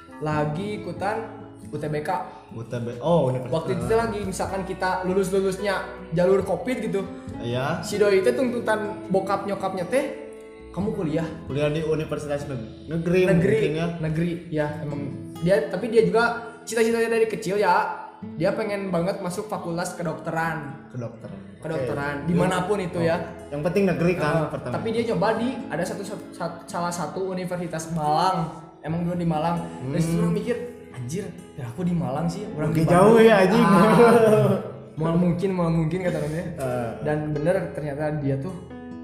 [SPEAKER 3] lagi ikutan U T B K.
[SPEAKER 1] U T B. Oh, universitas.
[SPEAKER 3] Waktu itu teh lagi misalkan kita lulus lulusnya jalur covid gitu.
[SPEAKER 1] Iya.
[SPEAKER 3] Si doi teh tuntutan bokap nyokapnya teh kamu kuliah
[SPEAKER 1] Kuliah di universitas neg- negeri,
[SPEAKER 3] negeri
[SPEAKER 1] mungkin ya.
[SPEAKER 3] negeri ya emang dia tapi dia juga cita-citanya dari kecil ya dia pengen banget masuk fakultas kedokteran
[SPEAKER 1] Kedokteran.
[SPEAKER 3] kedokteran
[SPEAKER 1] Oke.
[SPEAKER 3] dimanapun itu ya.
[SPEAKER 1] Yang penting negeri kan
[SPEAKER 3] Uh,
[SPEAKER 1] pertama.
[SPEAKER 3] tapi dia coba di ada satu, satu salah satu universitas Malang emang dulu di Malang
[SPEAKER 1] Hmm.
[SPEAKER 3] terus orang mikir anjir ya aku di Malang sih orang
[SPEAKER 1] Oke,
[SPEAKER 3] di
[SPEAKER 1] jauh
[SPEAKER 3] Bandung.
[SPEAKER 1] ya, anjing.
[SPEAKER 3] Ah, mal mungkin mal mungkin kata dia
[SPEAKER 1] Eh,
[SPEAKER 3] dan bener ternyata dia tuh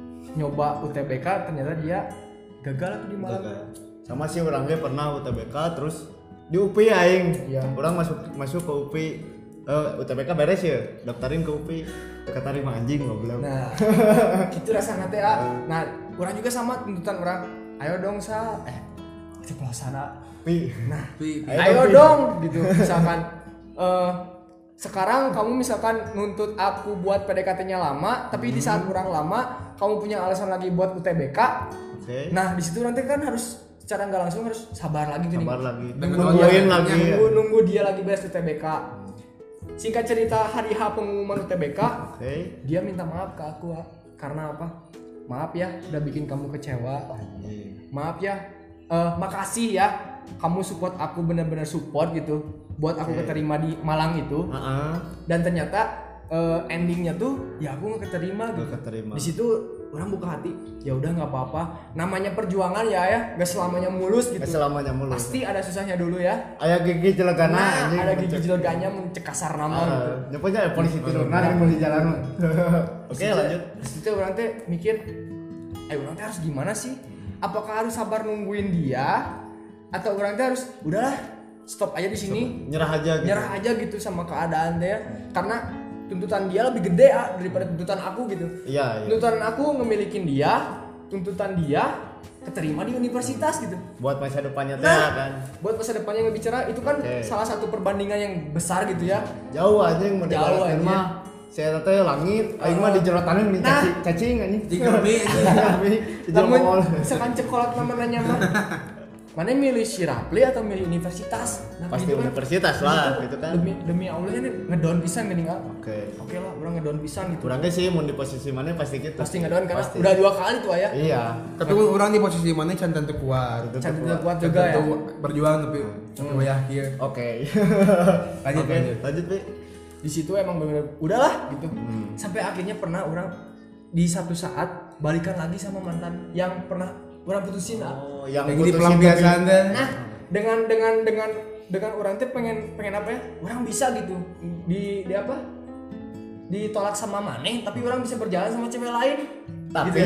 [SPEAKER 3] nyoba U T B K ternyata dia gagal tuh di Malang.
[SPEAKER 1] gagal. Sama sih orangnya pernah U T B K terus di U P I aing.
[SPEAKER 3] Iya.
[SPEAKER 1] Orang masuk masuk ke U P I. Eh, U T B K beres ya, daftarin ke U P I. Keterima anjing goblok.
[SPEAKER 3] Nah, gitu rasanya teh ah. Nah, orang juga sama tuntutan orang. Ayo dong sa, eh ceplosan ah.
[SPEAKER 1] Pi.
[SPEAKER 3] Nah,
[SPEAKER 2] Pi, pi.
[SPEAKER 1] Ayo
[SPEAKER 3] ayo
[SPEAKER 1] dong, Pi.
[SPEAKER 3] dong gitu. Misalkan eh sekarang kamu misalkan nuntut aku buat P D K T-nya lama, tapi di saat orang lama kamu punya alasan lagi buat U T B K.
[SPEAKER 1] Oke.
[SPEAKER 3] Nah, di situ nanti kan harus secara nggak langsung harus sabar lagi gini.
[SPEAKER 1] Sabar lagi.
[SPEAKER 2] Dan
[SPEAKER 1] Nungguin
[SPEAKER 2] kedua,
[SPEAKER 1] lagi.
[SPEAKER 3] Nunggu, nunggu dia lagi beres U T B K. Singkat cerita hari H pengumuman U T B K,
[SPEAKER 1] Oke.
[SPEAKER 3] dia minta maaf ke aku ah. Karena apa? Maaf ya udah bikin kamu kecewa.
[SPEAKER 1] Anjing.
[SPEAKER 3] Maaf ya, eh, makasih ya kamu support aku bener-bener support gitu buat aku
[SPEAKER 1] Oke.
[SPEAKER 3] keterima di Malang itu.
[SPEAKER 1] Heeh.
[SPEAKER 3] Dan ternyata eh, endingnya tuh ya aku nggak keterima gitu.
[SPEAKER 1] Nggak keterima.
[SPEAKER 3] Di situ orang buka hati, ya udah nggak apa-apa. Namanya perjuangan ya ya, gak selamanya mulus gitu.
[SPEAKER 1] Eh, selamanya mulus.
[SPEAKER 3] Pasti ada susahnya dulu ya.
[SPEAKER 1] Aya gigi jelegana
[SPEAKER 3] Nah,
[SPEAKER 1] anjing.
[SPEAKER 3] ada gigi jeleganya mencekasar nama gitu.
[SPEAKER 1] Ah, nyopanya ya polisi tirunan yang mau di jalan. mah. Oke, lanjut.
[SPEAKER 3] Di situ orang teh mikir, eh orang teh harus gimana sih? Apakah harus sabar nungguin dia atau orang teh harus udahlah stop aja di sini,
[SPEAKER 1] Nyerah aja gitu.
[SPEAKER 3] nyerah aja gitu sama keadaan teh ya. Karena tuntutan dia lebih gede ah, daripada tuntutan aku gitu.
[SPEAKER 1] Iya, iya.
[SPEAKER 3] Tuntutan aku ngemilikin dia, tuntutan dia keterima di universitas gitu.
[SPEAKER 1] Buat masa depannya teh
[SPEAKER 3] Nah,
[SPEAKER 1] kan.
[SPEAKER 3] buat masa depannya yang bicara itu kan
[SPEAKER 1] Oke.
[SPEAKER 3] salah satu perbandingan yang besar gitu ya.
[SPEAKER 1] Jauh aja yang mau
[SPEAKER 3] Jauh
[SPEAKER 1] dibalasin
[SPEAKER 3] aja.
[SPEAKER 1] mah. Saya teh langit, aing mah di jerotanan nih
[SPEAKER 3] Nah.
[SPEAKER 1] cacing, cacing anjing.
[SPEAKER 2] Di germi.
[SPEAKER 1] Di jero
[SPEAKER 3] Namun
[SPEAKER 1] mall.
[SPEAKER 3] misalkan cekolat nama nanya mah, mana milih si Rapli atau milih universitas? Nah,
[SPEAKER 1] Pasti
[SPEAKER 3] gitu kan.
[SPEAKER 1] universitas lah gitu kan.
[SPEAKER 3] Demi demi Allah ini ngedown pisan gini enggak?
[SPEAKER 1] Oke.
[SPEAKER 3] Oke lah, orang ngedown pisan gitu.
[SPEAKER 1] Kurangnya sih mau di posisi mana pasti gitu.
[SPEAKER 3] Pasti ngedown karena
[SPEAKER 1] Pasti.
[SPEAKER 3] udah dua kali tuh ya.
[SPEAKER 1] Iya.
[SPEAKER 2] Tapi orang di posisi mana can tentu kuat.
[SPEAKER 1] Tentu
[SPEAKER 3] Cantik
[SPEAKER 1] kuat.
[SPEAKER 3] kuat juga ya.
[SPEAKER 2] Tentu berjuang tapi tapi yakin.
[SPEAKER 1] Oke.
[SPEAKER 2] Lanjut,
[SPEAKER 1] Oke,
[SPEAKER 2] lanjut.
[SPEAKER 1] lanjut, Pi.
[SPEAKER 3] Di situ emang bener udahlah gitu.
[SPEAKER 1] Hmm.
[SPEAKER 3] Sampai akhirnya pernah orang di satu saat balikan lagi sama mantan yang pernah orang putusin ah.
[SPEAKER 1] Oh, yang
[SPEAKER 2] Lagi di
[SPEAKER 1] putusin
[SPEAKER 2] pelampiasan
[SPEAKER 1] tapi-
[SPEAKER 2] teh.
[SPEAKER 3] Nah, dengan dengan dengan dengan orang tuh pengen pengen apa ya? Orang bisa gitu di di apa? Ditolak sama maneh, tapi orang bisa berjalan sama cewek lain.
[SPEAKER 1] Tapi
[SPEAKER 3] Gitu ya.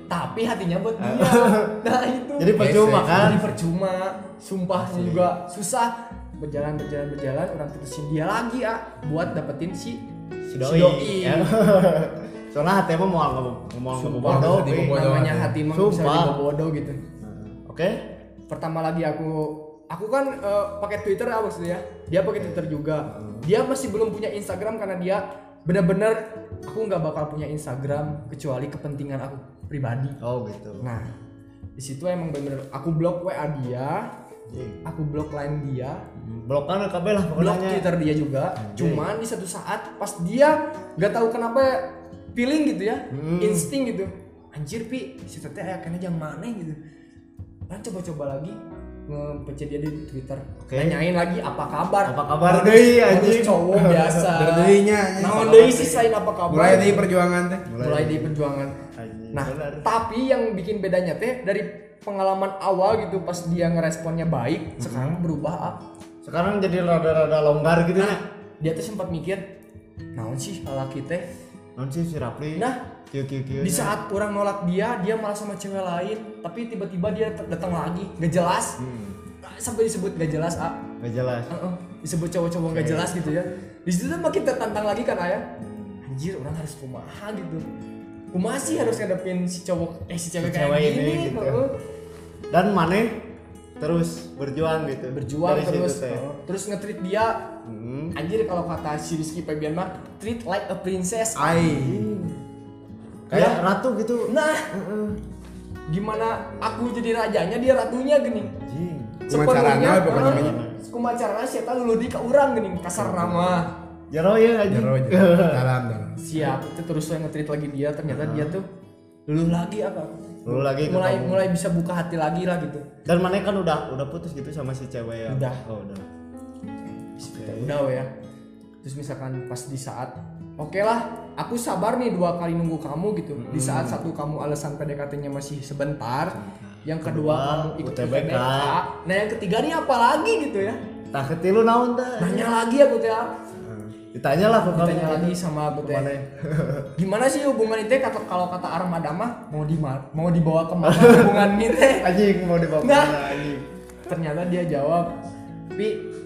[SPEAKER 3] tapi hatinya buat dia. Nah itu.
[SPEAKER 1] Jadi percuma
[SPEAKER 2] Bese.
[SPEAKER 1] kan?
[SPEAKER 3] Jadi percuma, sumpah juga susah. Berjalan berjalan berjalan, orang putusin dia lagi ah buat dapetin si
[SPEAKER 1] Si
[SPEAKER 3] si
[SPEAKER 1] doi.
[SPEAKER 3] doi.
[SPEAKER 1] Ya. Soalnya hati emang mau ngomong ngomong
[SPEAKER 3] Sumpah,
[SPEAKER 1] bodoh.
[SPEAKER 2] hati
[SPEAKER 1] Pi.
[SPEAKER 2] mau bodoh.
[SPEAKER 3] namanya hati emang bisa
[SPEAKER 1] Sumpah.
[SPEAKER 3] dibawa bodoh gitu.
[SPEAKER 1] Oke.
[SPEAKER 3] Pertama lagi aku aku kan eh, pakai Twitter ah maksudnya. Dia pakai Twitter juga. Dia masih belum punya Instagram karena dia benar-benar aku nggak bakal punya Instagram kecuali kepentingan aku pribadi.
[SPEAKER 1] Oh gitu.
[SPEAKER 3] Nah, di situ emang bener aku blok W A dia,
[SPEAKER 1] Anjing.
[SPEAKER 3] aku blok line dia,
[SPEAKER 1] Blok kan kabeh lah
[SPEAKER 3] blok
[SPEAKER 1] pokoknya.
[SPEAKER 3] Twitter dia juga. Cuman di satu saat pas dia nggak tahu kenapa feeling gitu ya,
[SPEAKER 1] Hmm.
[SPEAKER 3] insting gitu. Anjir pi, si teteh aya kena jam mana gitu. Kan coba-coba lagi nge-P C dia di Twitter.
[SPEAKER 1] Oke.
[SPEAKER 3] Nanyain lagi apa kabar?
[SPEAKER 1] Apa kabar deui anjing?
[SPEAKER 3] Modus cowok biasa.
[SPEAKER 2] Dari dirinya, anjing.
[SPEAKER 3] Naon deui sih sain apa kabar?
[SPEAKER 2] Mulai dari perjuangan teh.
[SPEAKER 3] Mulai di perjuangan.
[SPEAKER 1] Anjing,
[SPEAKER 3] Nah,
[SPEAKER 1] benar.
[SPEAKER 3] tapi yang bikin bedanya teh dari pengalaman awal gitu pas dia ngeresponnya baik, sekarang berubah ah.
[SPEAKER 1] Sekarang jadi rada-rada longgar gitu ya.
[SPEAKER 3] Dia tuh sempat mikir, naon sih lalaki teh?
[SPEAKER 1] Non sih si Rapli.
[SPEAKER 3] Nah,
[SPEAKER 1] kieu kieu kieu.
[SPEAKER 3] di saat orang nolak dia, dia malah sama cewek lain, tapi tiba-tiba dia tet- datang lagi, gak jelas.
[SPEAKER 1] Hmm.
[SPEAKER 3] Sampai disebut gak jelas ah.
[SPEAKER 1] Gak jelas.
[SPEAKER 3] Heeh, disebut cowok-cowok gak jelas gitu ya. Di situ tuh makin tertantang lagi kan ayah. Anjir, orang harus kumaha gitu. Kumaha sih harus ngadepin si cowok eh si cewek
[SPEAKER 1] Si
[SPEAKER 3] kayak
[SPEAKER 1] cewek
[SPEAKER 3] gini
[SPEAKER 1] ini gitu.
[SPEAKER 3] heeh.
[SPEAKER 1] Dan Mane terus berjuang gitu.
[SPEAKER 3] Berjuang
[SPEAKER 1] Dari situ
[SPEAKER 3] terus
[SPEAKER 1] teh.
[SPEAKER 3] heeh. Terus nge-treat dia.
[SPEAKER 1] Hmm.
[SPEAKER 3] Anjir kalau kata si Rizky Febian mah treat like a princess.
[SPEAKER 2] Ai.
[SPEAKER 1] Kayak
[SPEAKER 3] Ya.
[SPEAKER 1] ratu gitu.
[SPEAKER 3] Nah, gimana aku jadi rajanya dia ratunya gini.
[SPEAKER 1] Anjing.
[SPEAKER 2] Kumacarana pokoknya
[SPEAKER 3] heeh,
[SPEAKER 2] mah.
[SPEAKER 3] kumacarana sia tah luluh di ka urang gini kasar nama.
[SPEAKER 1] Jero ya anjing.
[SPEAKER 2] Jero aja. Dalam dalam.
[SPEAKER 3] Siap, itu terus saya nge-treat lagi dia, ternyata dia tuh luluh lagi apa?
[SPEAKER 1] Lu lagi ke
[SPEAKER 3] mulai
[SPEAKER 1] kamu.
[SPEAKER 3] mulai bisa buka hati lagi lah gitu.
[SPEAKER 1] Dan Mane kan udah udah putus gitu sama si cewek ya.
[SPEAKER 3] Udah.
[SPEAKER 1] Oh, udah.
[SPEAKER 3] Ya udah we ya. Terus misalkan pas di saat oke lah, aku sabar nih dua kali nunggu kamu gitu. Di saat satu kamu alasan P D K T-nya masih sebentar, yang kedua,
[SPEAKER 1] Kedua,
[SPEAKER 3] kamu ikut
[SPEAKER 1] U T B K.
[SPEAKER 3] U T B K. Nah yang ketiga nih apa lagi gitu ya?
[SPEAKER 1] Tak ketilu naon teh?
[SPEAKER 3] Nanya lagi aku teh.
[SPEAKER 1] Ditanya lah ke kamu.
[SPEAKER 3] Ditanya lagi sama aku teh.
[SPEAKER 1] Kemana?
[SPEAKER 3] Gimana sih hubungan itu kata kalau kata Armada mah mau di mau dibawa kemana hubungan ini teh?
[SPEAKER 1] Anjing mau dibawa
[SPEAKER 3] Nah.
[SPEAKER 1] kemana anjing?
[SPEAKER 3] Ternyata dia jawab, "Pi,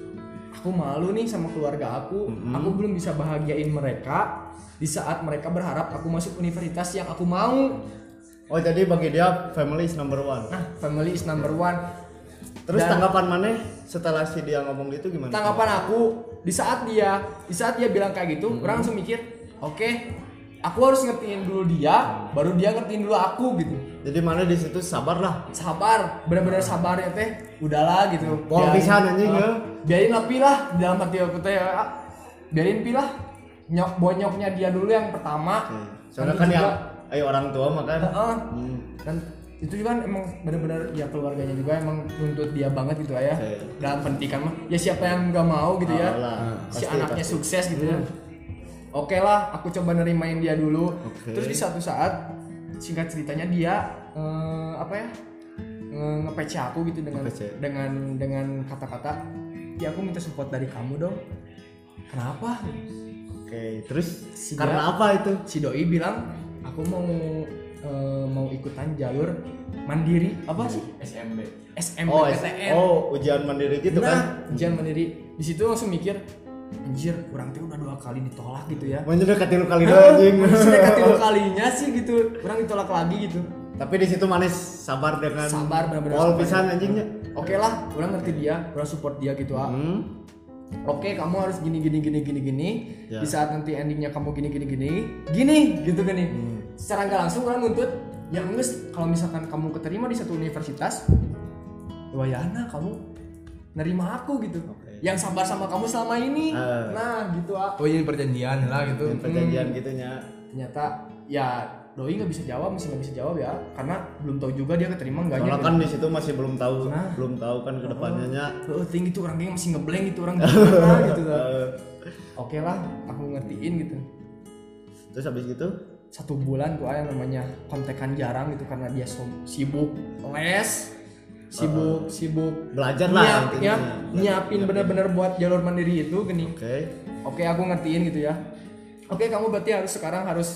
[SPEAKER 3] aku malu nih sama keluarga aku. Aku belum bisa bahagiain mereka di saat mereka berharap aku masuk universitas yang aku mau."
[SPEAKER 1] Oh jadi bagi dia family is number one.
[SPEAKER 3] Nah, family is number one.
[SPEAKER 1] Terus
[SPEAKER 3] Dan
[SPEAKER 1] tanggapan Mane setelah si dia ngomong gitu gimana?
[SPEAKER 3] tanggapan aku di saat dia di saat dia bilang kayak gitu, orang langsung mikir, oke, aku harus ngertiin dulu dia, baru dia ngertiin dulu aku gitu.
[SPEAKER 1] Jadi Mane di situ sabar lah.
[SPEAKER 3] Sabar, benar-benar sabar ya teh. Udahlah gitu.
[SPEAKER 1] Pol
[SPEAKER 3] Biarin-
[SPEAKER 1] pisan anjing,
[SPEAKER 3] uh,
[SPEAKER 1] ya.
[SPEAKER 3] Biarin lah pi lah di dalam hati aku teh. ya. Biarin pi lah. Nyok bonyoknya dia dulu yang pertama.
[SPEAKER 1] Soalnya
[SPEAKER 3] Nanti
[SPEAKER 1] kan
[SPEAKER 3] juga-
[SPEAKER 1] yang ayo orang tua mah kan.
[SPEAKER 3] Heeh.
[SPEAKER 1] Hmm.
[SPEAKER 3] Dan itu juga kan emang benar-benar ya keluarganya juga emang nuntut dia banget gitu ya.
[SPEAKER 1] Oke.
[SPEAKER 3] Dalam pendidikan mah ya siapa yang nggak mau gitu ya.
[SPEAKER 1] Alah,
[SPEAKER 3] Si
[SPEAKER 1] pasti,
[SPEAKER 3] anaknya
[SPEAKER 1] pasti.
[SPEAKER 3] sukses gitu ya. Oke lah, aku coba nerimain dia dulu.
[SPEAKER 1] Oke.
[SPEAKER 3] Terus di satu saat singkat ceritanya dia eh, apa ya? nge- nge-P C aku gitu dengan
[SPEAKER 1] Nge-P C.
[SPEAKER 3] dengan dengan kata-kata, "Ya aku minta support dari kamu dong." Kenapa?
[SPEAKER 1] Oke, terus
[SPEAKER 3] Si
[SPEAKER 1] karena
[SPEAKER 3] dia-
[SPEAKER 1] apa itu?
[SPEAKER 3] Si doi bilang, "Aku mau eh, mau ikutan jalur mandiri apa sih?
[SPEAKER 4] S M B.
[SPEAKER 3] S M
[SPEAKER 1] Oh,
[SPEAKER 3] B
[SPEAKER 1] es-
[SPEAKER 3] P T N."
[SPEAKER 1] oh ujian mandiri gitu
[SPEAKER 3] nah,
[SPEAKER 1] kan?
[SPEAKER 3] ujian mandiri. Di situ langsung mikir, anjir, orang tuh udah dua kali ditolak gitu ya.
[SPEAKER 1] Mau nyedek katilu kali doang anjing.
[SPEAKER 3] Sudah ketiga kalinya sih gitu, orang ditolak lagi gitu.
[SPEAKER 1] Tapi di situ Manis sabar dengan
[SPEAKER 3] Sabar, benar-benar
[SPEAKER 1] pol
[SPEAKER 3] sabar.
[SPEAKER 1] pisan anjingnya.
[SPEAKER 3] Oke lah, orang ngerti dia, orang support dia gitu ah.
[SPEAKER 1] Hmm.
[SPEAKER 3] Oke, kamu harus gini gini gini gini gini.
[SPEAKER 1] Ya.
[SPEAKER 3] Di saat nanti endingnya kamu gini gini gini, gini gitu gini.
[SPEAKER 1] Hmm.
[SPEAKER 3] Secara nggak langsung orang nuntut, ya enggak kalau misalkan kamu keterima di satu universitas, wayana kamu nerima aku gitu.
[SPEAKER 1] Oke.
[SPEAKER 3] Yang sabar sama kamu selama ini.
[SPEAKER 1] Eh.
[SPEAKER 3] Nah, gitu ah.
[SPEAKER 2] Oh ini perjanjian lah gitu.
[SPEAKER 1] Dan perjanjian gitunya.
[SPEAKER 3] Ternyata ya doi nggak bisa jawab, masih nggak bisa jawab ya, karena belum tahu juga dia keterima enggaknya.
[SPEAKER 1] Soalnya kan di situ masih belum tahu,
[SPEAKER 3] Nah.
[SPEAKER 1] belum tahu kan kedepannya nya.
[SPEAKER 3] Oh, tinggi tuh orangnya masih ngeblank gitu orang gimana gitu kan.
[SPEAKER 1] Eh,
[SPEAKER 3] Oke lah, aku ngertiin gitu.
[SPEAKER 1] Terus habis gitu
[SPEAKER 3] Satu bulan tuh yang namanya kontekan jarang gitu karena dia so- sibuk les, sibuk sibuk
[SPEAKER 1] belajar lah
[SPEAKER 3] nyiap,
[SPEAKER 1] intinya.
[SPEAKER 3] ya, nyiapin bener-bener buat jalur mandiri itu gini.
[SPEAKER 1] Oke.
[SPEAKER 3] Oke, aku ngertiin gitu ya. Oke, kamu berarti harus sekarang harus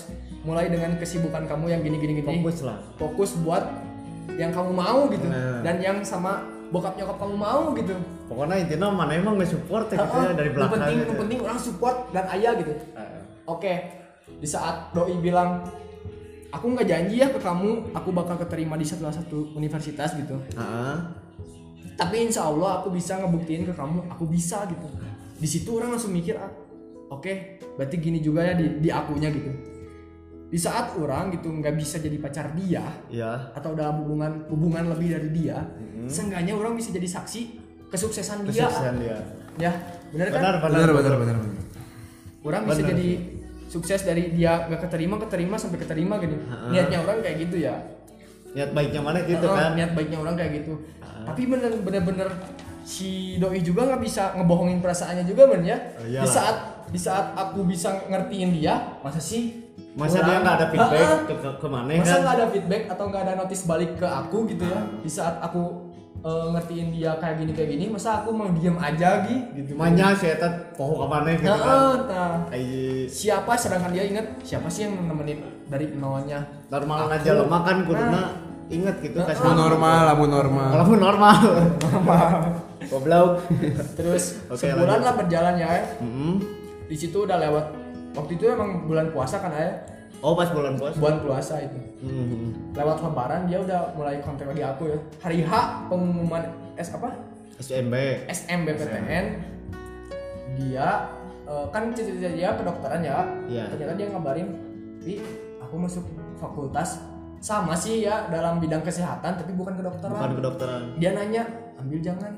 [SPEAKER 3] mulai dengan kesibukan kamu yang gini-gini gini.
[SPEAKER 1] Fokus lah.
[SPEAKER 3] Fokus buat yang kamu mau gitu.
[SPEAKER 1] Nah.
[SPEAKER 3] Dan yang sama bokap nyokap kamu mau gitu.
[SPEAKER 1] Pokoknya intinya mana emang nge-support ya gitu ya dari
[SPEAKER 3] Yang
[SPEAKER 1] belakang
[SPEAKER 3] penting,
[SPEAKER 1] gitu.
[SPEAKER 3] yang penting orang support dan ayah gitu.
[SPEAKER 1] Heeh.
[SPEAKER 3] Oke, di saat doi bilang, aku nggak janji ya ke kamu, aku bakal keterima di salah satu universitas gitu.
[SPEAKER 1] Heeh.
[SPEAKER 3] Tapi insya Allah aku bisa ngebuktiin ke kamu, aku bisa gitu. Di situ orang langsung mikir, ah, oke, berarti gini juga ya di, di akunya gitu. Di saat orang gitu nggak bisa jadi pacar dia,
[SPEAKER 1] Iya.
[SPEAKER 3] atau dalam hubungan hubungan lebih dari dia,
[SPEAKER 1] Mm-hmm.
[SPEAKER 3] seenggaknya orang bisa jadi saksi kesuksesan dia.
[SPEAKER 1] Kesuksesan dia.
[SPEAKER 3] Ya, benar kan?
[SPEAKER 1] Benar, benar,
[SPEAKER 2] Benar benar benar benar.
[SPEAKER 3] Orang bisa
[SPEAKER 1] Benar
[SPEAKER 3] jadi sukses dari dia nggak keterima keterima sampai keterima gini.
[SPEAKER 1] Ha-ha.
[SPEAKER 3] Niatnya orang kayak gitu ya.
[SPEAKER 1] Niat baiknya mana gitu
[SPEAKER 3] Heeh,
[SPEAKER 1] kan.
[SPEAKER 3] Niat baiknya orang kayak gitu. Tapi bener bener si doi juga nggak bisa ngebohongin perasaannya juga men ya.
[SPEAKER 1] Oh, iyalah.
[SPEAKER 3] Di saat di saat aku bisa ngertiin dia, masa sih?
[SPEAKER 1] Masa
[SPEAKER 3] orang-
[SPEAKER 1] dia nggak ada feedback
[SPEAKER 3] Ha-ha.
[SPEAKER 1] ke, ke, kemana
[SPEAKER 3] Masa
[SPEAKER 1] kan?
[SPEAKER 3] nggak ada feedback atau nggak ada notice balik ke aku gitu ya? Di saat aku eh, ngertiin dia kayak gini kayak gini, masa aku mau diem aja gitu?
[SPEAKER 1] Manya si eta poho kemana gitu kan.
[SPEAKER 3] Heeh, nah.
[SPEAKER 1] Ai
[SPEAKER 3] Siapa sedangkan dia inget siapa sih yang nemenin dari nolnya?
[SPEAKER 1] normal
[SPEAKER 3] Aku.
[SPEAKER 1] aja lemah kan kuduna
[SPEAKER 3] Nah.
[SPEAKER 1] inget gitu
[SPEAKER 3] Nah,
[SPEAKER 1] kasih
[SPEAKER 2] Lamun normal, lamun normal.
[SPEAKER 1] Kalau normal. Normal. Goblok.
[SPEAKER 3] Terus
[SPEAKER 1] Oke,
[SPEAKER 3] sebulan
[SPEAKER 1] lanjut.
[SPEAKER 3] lah berjalan ya.
[SPEAKER 1] Mm-mm.
[SPEAKER 3] Di situ udah lewat. Waktu itu emang bulan puasa kan ya.
[SPEAKER 1] Oh pas bulan puasa.
[SPEAKER 3] Bulan puasa itu.
[SPEAKER 1] Mm-hmm.
[SPEAKER 3] Lewat lebaran dia udah mulai kontak lagi aku ya. Hari H pengumuman S apa?
[SPEAKER 1] S M B.
[SPEAKER 3] S M B P T N. Dia eh, kan cita-cita dia kedokteran ya.
[SPEAKER 1] Iya.
[SPEAKER 3] Ternyata dia ngabarin, "Pi, aku masuk fakultas sama sih ya dalam bidang kesehatan tapi bukan kedokteran."
[SPEAKER 1] Bukan kedokteran.
[SPEAKER 3] Dia nanya, "Ambil jangan."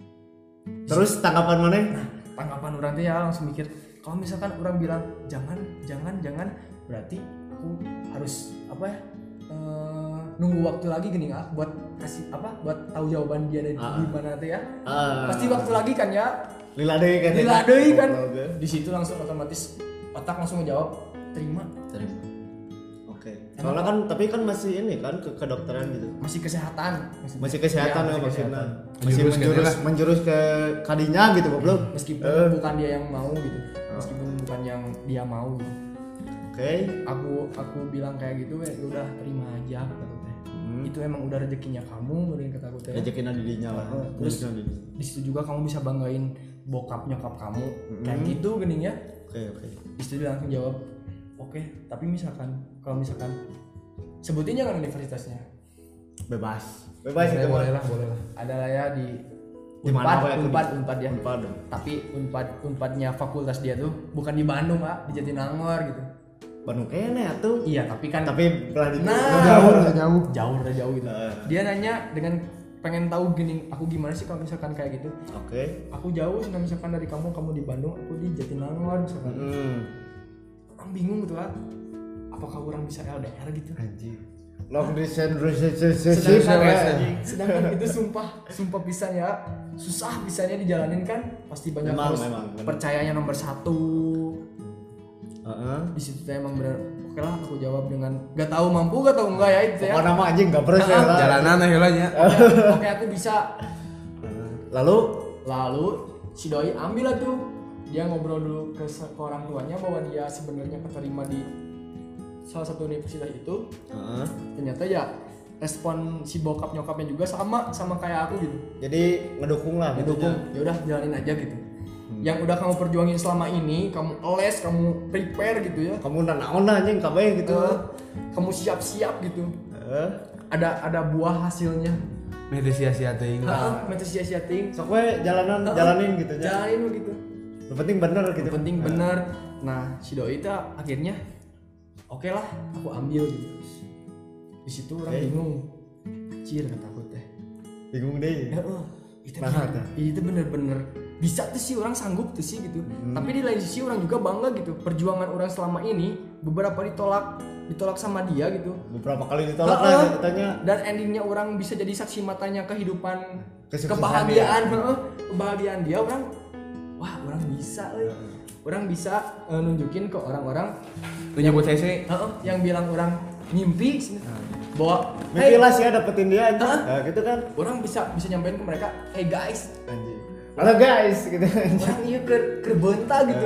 [SPEAKER 1] Terus tanggapan mana?
[SPEAKER 3] Tanggapan orang tuh ya langsung mikir, kalau misalkan orang bilang jangan jangan jangan berarti aku harus apa ya eh, nunggu waktu lagi gini nggak buat kasih apa buat tahu jawaban dia dari
[SPEAKER 1] Ah.
[SPEAKER 3] gimana tuh ya.
[SPEAKER 1] Ah.
[SPEAKER 3] Pasti waktu lagi kan ya.
[SPEAKER 1] Lila deui kan.
[SPEAKER 3] Lila deui kan.
[SPEAKER 1] Goblok.
[SPEAKER 3] Di situ langsung otomatis otak langsung menjawab terima.
[SPEAKER 1] Terima. Oke. Soalnya kan tapi kan masih ini kan ke kedokteran gitu.
[SPEAKER 3] Masih kesehatan. maksudnya.
[SPEAKER 1] Masih kesehatan
[SPEAKER 3] Ya,
[SPEAKER 1] ya,
[SPEAKER 3] masih
[SPEAKER 1] maksudnya.
[SPEAKER 3] kesehatan.
[SPEAKER 1] Masih
[SPEAKER 2] Menjurus ke
[SPEAKER 1] menjurus
[SPEAKER 2] dia lah.
[SPEAKER 1] menjurus ke kadinya gitu goblok.
[SPEAKER 3] Meskipun
[SPEAKER 1] Eh.
[SPEAKER 3] bukan dia yang mau gitu. Meskipun bukan yang dia mau gitu.
[SPEAKER 1] Oke.
[SPEAKER 3] Aku aku bilang kayak gitu ya udah terima aja kata aku teh.
[SPEAKER 1] Hmm.
[SPEAKER 3] Itu emang udah rezekinya kamu menurut kata aku teh.
[SPEAKER 1] Rezekinya dirinya lah.
[SPEAKER 3] Heeh, terus
[SPEAKER 1] Rezekinya dirinya.
[SPEAKER 3] di situ juga kamu bisa banggain bokap nyokap kamu
[SPEAKER 1] Mm-hmm.
[SPEAKER 3] kayak gitu gening ya.
[SPEAKER 1] Oke, oke.
[SPEAKER 3] Di situ dia langsung jawab, oke tapi misalkan kalau misalkan sebutin jangan universitasnya.
[SPEAKER 1] Bebas. Bebas itu
[SPEAKER 3] boleh, boleh
[SPEAKER 1] mah.
[SPEAKER 3] lah boleh lah. Ada lah ya di
[SPEAKER 1] Di mana,
[SPEAKER 3] Unpad,
[SPEAKER 1] Pak, itu?
[SPEAKER 3] Unpad, Unpad ya.
[SPEAKER 1] Unpad.
[SPEAKER 3] Tapi Unpad, Unpadnya fakultas dia tuh bukan di Bandung pak, di Jatinangor gitu.
[SPEAKER 1] Bandung kene atuh.
[SPEAKER 3] Iya tapi kan
[SPEAKER 1] Tapi belah di
[SPEAKER 3] Nah.
[SPEAKER 1] jauh, udah jauh.
[SPEAKER 3] jauh udah jauh gitu.
[SPEAKER 1] Eh.
[SPEAKER 3] Dia nanya dengan pengen tahu gini, aku gimana sih kalau misalkan kayak gitu?
[SPEAKER 1] Oke.
[SPEAKER 3] Aku jauh sih misalkan dari kamu, kamu di Bandung, aku di Jatinangor misalkan.
[SPEAKER 1] Hmm.
[SPEAKER 3] Orang bingung gitu kan. Apakah orang bisa L D R gitu?
[SPEAKER 1] Anjir. Long distance
[SPEAKER 3] Sedangkan,
[SPEAKER 1] relationship.
[SPEAKER 3] sedangkan itu sumpah, sumpah pisahnya susah bisanya dijalanin kan. Pasti banyak
[SPEAKER 1] Memang,
[SPEAKER 3] harus
[SPEAKER 1] memang, bener.
[SPEAKER 3] percayanya nomor satu.
[SPEAKER 1] Heeh.
[SPEAKER 3] Di situ tuh emang bener. Oke lah, aku jawab dengan gak tahu mampu gak tahu enggak ya itu ya.
[SPEAKER 1] Pokoknya mah anjing gak pernah saya lah.
[SPEAKER 2] Jalanan ya heula nya.
[SPEAKER 3] Oke, oke, aku bisa.
[SPEAKER 1] Lalu
[SPEAKER 3] Lalu si doi ambil lah tuh, dia ngobrol dulu ke, se- ke orang tuanya bahwa dia sebenarnya keterima di salah satu universitas itu.
[SPEAKER 1] heeh.
[SPEAKER 3] Ternyata ya respon si bokap nyokapnya juga sama sama kayak aku gitu.
[SPEAKER 1] Jadi ngedukung lah gitu
[SPEAKER 3] Ngedukung,
[SPEAKER 1] nya.
[SPEAKER 3] ya udah jalanin aja gitu. Yang udah kamu perjuangin selama ini, kamu les, kamu prepare gitu ya.
[SPEAKER 1] Kamu nanaon lah anjing kabeh gitu.
[SPEAKER 3] Eh, kamu siap-siap gitu.
[SPEAKER 1] Heeh.
[SPEAKER 3] Ada ada buah hasilnya.
[SPEAKER 2] Meh sia-sia teuing lah.
[SPEAKER 3] Heeh, meta sia-sia ting.
[SPEAKER 1] Sok we jalanan
[SPEAKER 3] Heeh.
[SPEAKER 1] jalanin gitu nya.
[SPEAKER 3] Jalanin begitu.
[SPEAKER 1] Yang penting bener gitu.
[SPEAKER 3] Yang penting bener. Nah, si doi itu akhirnya oke lah, aku ambil gitu. Di situ orang
[SPEAKER 1] Oke.
[SPEAKER 3] bingung. Cir kata aku teh.
[SPEAKER 1] Bingung deh.
[SPEAKER 3] Heeh. Itu
[SPEAKER 1] Nah,
[SPEAKER 3] bener,
[SPEAKER 1] tah.
[SPEAKER 3] itu bener-bener bisa tuh sih orang sanggup tuh sih gitu. Tapi di lain sisi orang juga bangga gitu. Perjuangan orang selama ini beberapa ditolak, ditolak sama dia gitu.
[SPEAKER 1] Beberapa kali ditolak
[SPEAKER 3] Heeh.
[SPEAKER 1] lah katanya.
[SPEAKER 3] Dan endingnya orang bisa jadi saksi matanya kehidupan
[SPEAKER 1] Kesuksesan
[SPEAKER 3] kebahagiaan, heeh, kebahagiaan dia orang. Wah, orang bisa, euy. Orang bisa eh, nunjukin ke orang-orang
[SPEAKER 2] Tuh nyebut hese.
[SPEAKER 3] heeh, yang bilang orang ngimpi bahwa
[SPEAKER 1] Mimpi lah sih ya dapetin dia aja.
[SPEAKER 3] Hah?
[SPEAKER 1] Nah, gitu kan.
[SPEAKER 3] orang bisa bisa nyampein ke mereka, hey guys,
[SPEAKER 1] Anjing. Halo guys gitu.
[SPEAKER 3] orang iya ke kerbenta gitu.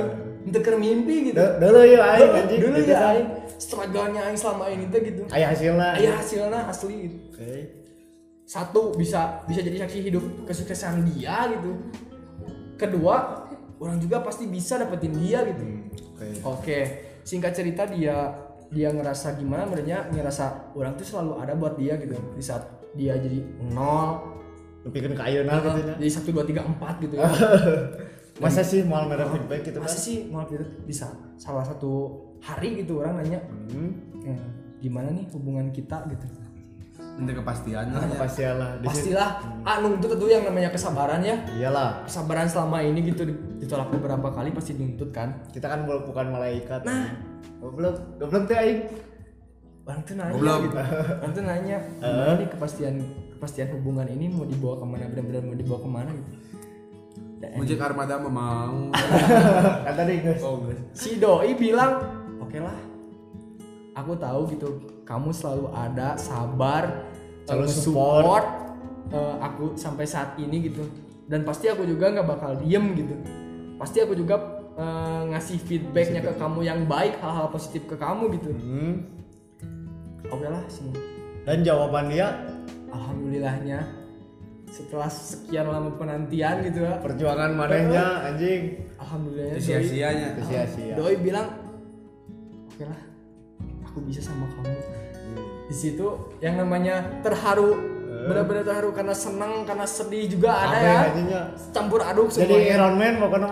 [SPEAKER 3] Ente keur mimpi gitu.
[SPEAKER 1] D- dulu ya aing anjing
[SPEAKER 3] Dulu
[SPEAKER 1] gitu
[SPEAKER 3] ya
[SPEAKER 1] kan.
[SPEAKER 3] aing struggle-nya aing selama ini teh gitu.
[SPEAKER 1] Aya hasilna.
[SPEAKER 3] Aya hasilnya asli gitu.
[SPEAKER 1] Oke.
[SPEAKER 3] Satu bisa bisa jadi saksi hidup kesuksesan dia gitu. Kedua, orang juga pasti bisa dapetin dia gitu.
[SPEAKER 1] Oke.
[SPEAKER 3] Oke, singkat cerita dia dia ngerasa gimana sebenarnya ngerasa orang tuh selalu ada buat dia gitu. Di saat dia jadi nol,
[SPEAKER 1] Nepikeun ka ayeuna gitu nya.
[SPEAKER 3] jadi satu dua tiga empat gitu ya.
[SPEAKER 1] Masa sih mau mere feedback gitu kan?
[SPEAKER 3] Masa sih mau itu bisa salah satu hari gitu orang nanya,
[SPEAKER 1] Hmm.
[SPEAKER 3] "Eh, gimana nih hubungan kita gitu.
[SPEAKER 2] Nanti kepastian lah ya.
[SPEAKER 1] Pasti lah. Di situ.
[SPEAKER 3] Pastilah, ah nuntut itu yang namanya kesabaran ya.
[SPEAKER 1] Iyalah.
[SPEAKER 3] Kesabaran selama ini gitu ditolak beberapa kali pasti dituntut kan.
[SPEAKER 1] Kita kan bu- bukan malaikat.
[SPEAKER 3] Nah.
[SPEAKER 1] goblok, goblok teh aing.
[SPEAKER 3] Orang tuh nanya
[SPEAKER 2] Goblok.
[SPEAKER 3] gitu. Orang tuh nanya, gimana nih kepastian kepastian hubungan ini mau dibawa kemana, benar-benar mau dibawa kemana gitu. Dan
[SPEAKER 2] Mujik Armada mah mau.
[SPEAKER 1] Kata deh guys.
[SPEAKER 2] Oh, guys.
[SPEAKER 3] si doi bilang, oke lah, aku tahu gitu, kamu selalu ada, sabar,
[SPEAKER 1] Selalu
[SPEAKER 3] eh,
[SPEAKER 1] support.
[SPEAKER 3] support eh, aku sampai saat ini gitu. Dan pasti aku juga nggak bakal diem gitu. Pasti aku juga eh, ngasih feedbacknya ke kamu yang baik, hal-hal positif ke kamu gitu.
[SPEAKER 1] Hmm.
[SPEAKER 3] Oke lah sih.
[SPEAKER 1] Dan jawaban dia
[SPEAKER 3] Alhamdulillahnya setelah sekian lama penantian gitu ya,
[SPEAKER 1] perjuangan manehnya anjing.
[SPEAKER 3] alhamdulillahnya doi,
[SPEAKER 2] Sia-sianya.
[SPEAKER 1] Sia-sia.
[SPEAKER 3] doi bilang oke lah aku bisa sama kamu. Di situ yang namanya terharu, benar-benar terharu karena senang, karena sedih juga ada
[SPEAKER 1] Kabeh
[SPEAKER 3] ya,
[SPEAKER 1] anjingnya.
[SPEAKER 3] campur aduk
[SPEAKER 1] Jadi
[SPEAKER 3] semuanya,
[SPEAKER 1] Iron Man pokoknya.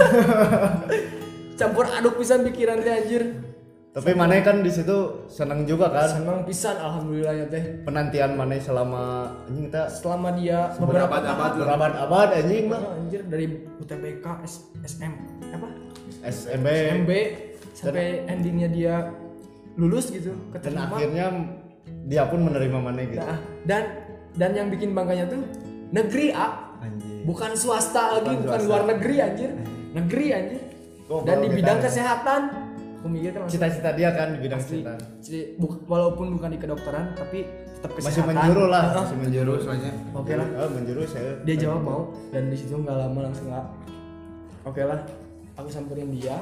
[SPEAKER 3] campur aduk pisan pikiran teh anjir.
[SPEAKER 1] Tapi maneh kan di situ seneng juga kan.
[SPEAKER 3] Senang pisan alhamdulillahnya teh.
[SPEAKER 1] Penantian maneh selama anjing kita
[SPEAKER 3] Selama dia beberapa
[SPEAKER 2] Berabad-abad
[SPEAKER 3] tahap,
[SPEAKER 2] lah.
[SPEAKER 1] berabad-abad anjing mah.
[SPEAKER 3] Oh, anjir dari U T B K S, SM apa
[SPEAKER 1] S M B
[SPEAKER 3] M B sampai endingnya dia lulus gitu
[SPEAKER 1] dan
[SPEAKER 3] keterima.
[SPEAKER 1] akhirnya dia pun menerima maneh gitu.
[SPEAKER 3] Nah, dan dan yang bikin bangganya tuh negeri A,
[SPEAKER 1] Anjing.
[SPEAKER 3] bukan swasta lagi,
[SPEAKER 1] Bukan
[SPEAKER 3] bukan
[SPEAKER 1] swasta.
[SPEAKER 3] luar negeri anjir, negeri anjir.
[SPEAKER 1] Kok
[SPEAKER 3] Dan
[SPEAKER 1] baru
[SPEAKER 3] di
[SPEAKER 1] kita
[SPEAKER 3] bidang
[SPEAKER 1] ya?
[SPEAKER 3] kesehatan, aku mikir kan langsung
[SPEAKER 1] Cita-cita dia kan di bidang
[SPEAKER 3] asli.
[SPEAKER 1] kesehatan.
[SPEAKER 3] Jadi, bu- walaupun bukan di kedokteran, tapi tetap
[SPEAKER 1] Masih
[SPEAKER 3] kesehatan.
[SPEAKER 1] menjuru lah,
[SPEAKER 3] Heeh.
[SPEAKER 1] masih menjuru.
[SPEAKER 2] Menjurus soalnya.
[SPEAKER 3] Oke lah.
[SPEAKER 1] Oh, menjuru saya.
[SPEAKER 3] Dia jawab mau, dan di situ nggak lama langsung nggak. Oke lah, aku samperin dia,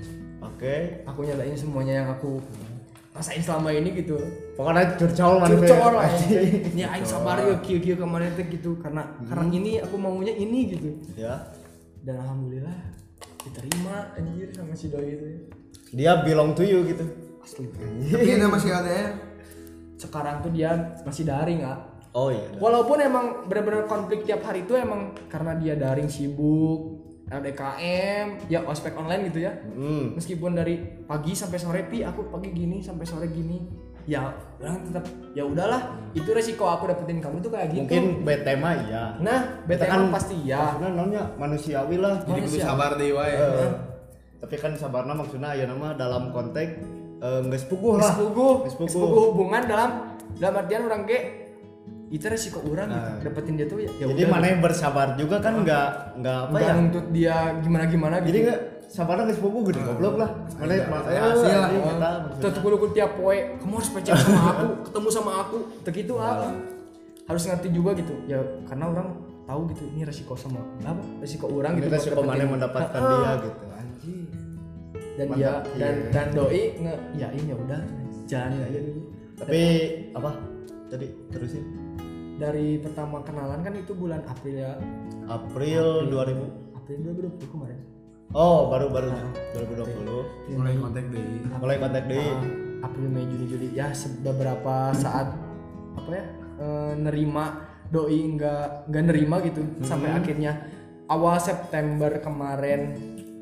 [SPEAKER 1] Oke.
[SPEAKER 3] aku nyalain semuanya yang aku rasain selama ini gitu.
[SPEAKER 1] Pokoknya curcol mana
[SPEAKER 3] Curcol lah ini aing sabar ya kieu-kieu kemarin teh gitu karena karena ini aku maunya ini gitu.
[SPEAKER 1] Ya.
[SPEAKER 3] Dan alhamdulillah diterima anjir sama si doi itu.
[SPEAKER 1] Dia belong to you gitu.
[SPEAKER 3] Asli.
[SPEAKER 2] Tapi ini masih L D R.
[SPEAKER 3] Sekarang tuh dia masih daring ah.
[SPEAKER 1] Oh iya.
[SPEAKER 3] Walaupun emang benar-benar konflik tiap hari itu emang karena dia daring sibuk, L D K M, ya ospek online gitu ya.
[SPEAKER 1] Hmm.
[SPEAKER 3] Meskipun dari pagi sampai sore, pi aku pagi gini sampai sore gini. Ya, orang tetap ya udahlah, itu resiko aku dapetin kamu tuh kayak gitu.
[SPEAKER 1] Mungkin bete mah iya.
[SPEAKER 3] Nah, bete
[SPEAKER 1] Kita
[SPEAKER 3] kan pasti ya.
[SPEAKER 1] Maksudnya namanya manusiawi lah.
[SPEAKER 2] Jadi kudu
[SPEAKER 3] Manusia.
[SPEAKER 2] sabar deui wae.
[SPEAKER 1] Eh, tapi kan sabarna maksudnya ya nama dalam konteks eh, geus puguh lah.
[SPEAKER 3] Sepuguh,
[SPEAKER 1] Geus puguh.
[SPEAKER 3] sepuguh hubungan dalam dalam artian orang ge itu resiko orang
[SPEAKER 1] Nah.
[SPEAKER 3] gitu. Dapetin dia tuh ya, ya
[SPEAKER 1] Jadi
[SPEAKER 3] udah
[SPEAKER 1] mana
[SPEAKER 3] gitu.
[SPEAKER 1] yang bersabar juga kan nggak nggak apa
[SPEAKER 3] Nggak
[SPEAKER 1] ya?
[SPEAKER 3] nuntut dia gimana-gimana gitu.
[SPEAKER 1] Jadi nggak sabarnya geus puguh gede goblok lah. Mana
[SPEAKER 2] Iya,
[SPEAKER 1] mana
[SPEAKER 2] iya, hasil lah.
[SPEAKER 1] anjing, eta
[SPEAKER 3] Tuh
[SPEAKER 1] maksudnya.
[SPEAKER 3] kudu tiap poe, kamu harus pecah sama aku, ketemu sama aku. Begitu ah. Harus ngerti juga gitu. Ya karena orang tahu gitu ini resiko sama apa? Resiko orang gitu.
[SPEAKER 1] Ini
[SPEAKER 3] buat
[SPEAKER 1] resiko mana
[SPEAKER 3] dapetin.
[SPEAKER 1] mendapatkan
[SPEAKER 3] Ah.
[SPEAKER 1] dia gitu. Anjing.
[SPEAKER 3] Dan
[SPEAKER 1] Mantap,
[SPEAKER 3] dia dan
[SPEAKER 1] iya.
[SPEAKER 3] dan doi nge yain ya udah jalanin aja dulu.
[SPEAKER 1] Tapi apa? Tadi terusin.
[SPEAKER 3] Dari pertama kenalan kan itu bulan April ya.
[SPEAKER 1] April dua ribu.
[SPEAKER 3] April dua ribu dua puluh kemarin.
[SPEAKER 1] Oh, baru-baru dua ribu dua puluh.
[SPEAKER 2] Mulai kontak deui.
[SPEAKER 1] Mulai kontak deui.
[SPEAKER 3] Ah, April, Mei, Juni, Juli ya se- beberapa saat apa ya eh, nerima doi nggak nggak nerima gitu sampai akhirnya awal September kemarin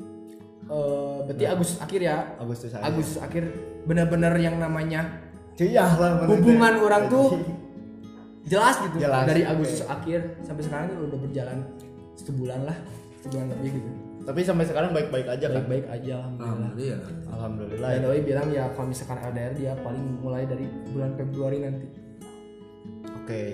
[SPEAKER 3] eh berarti Agustus akhir ya
[SPEAKER 1] Agustus akhir.
[SPEAKER 3] Agustus akhir benar-benar yang namanya
[SPEAKER 1] Ciyah lah mana
[SPEAKER 3] hubungan
[SPEAKER 1] teh.
[SPEAKER 3] orang tuh jelas gitu
[SPEAKER 1] Jelas,
[SPEAKER 3] dari
[SPEAKER 1] oke.
[SPEAKER 3] Agustus akhir sampai sekarang tuh udah berjalan sebulan lah sebulan lebih gitu
[SPEAKER 1] Tapi sampai sekarang baik-baik aja kan?
[SPEAKER 3] baik-baik aja alhamdulillah.
[SPEAKER 2] Alhamdulillah.
[SPEAKER 1] Alhamdulillah.
[SPEAKER 3] Dan
[SPEAKER 1] ya.
[SPEAKER 3] doi bilang ya kalau misalkan L D R dia paling mulai dari bulan Februari nanti.
[SPEAKER 1] Oke.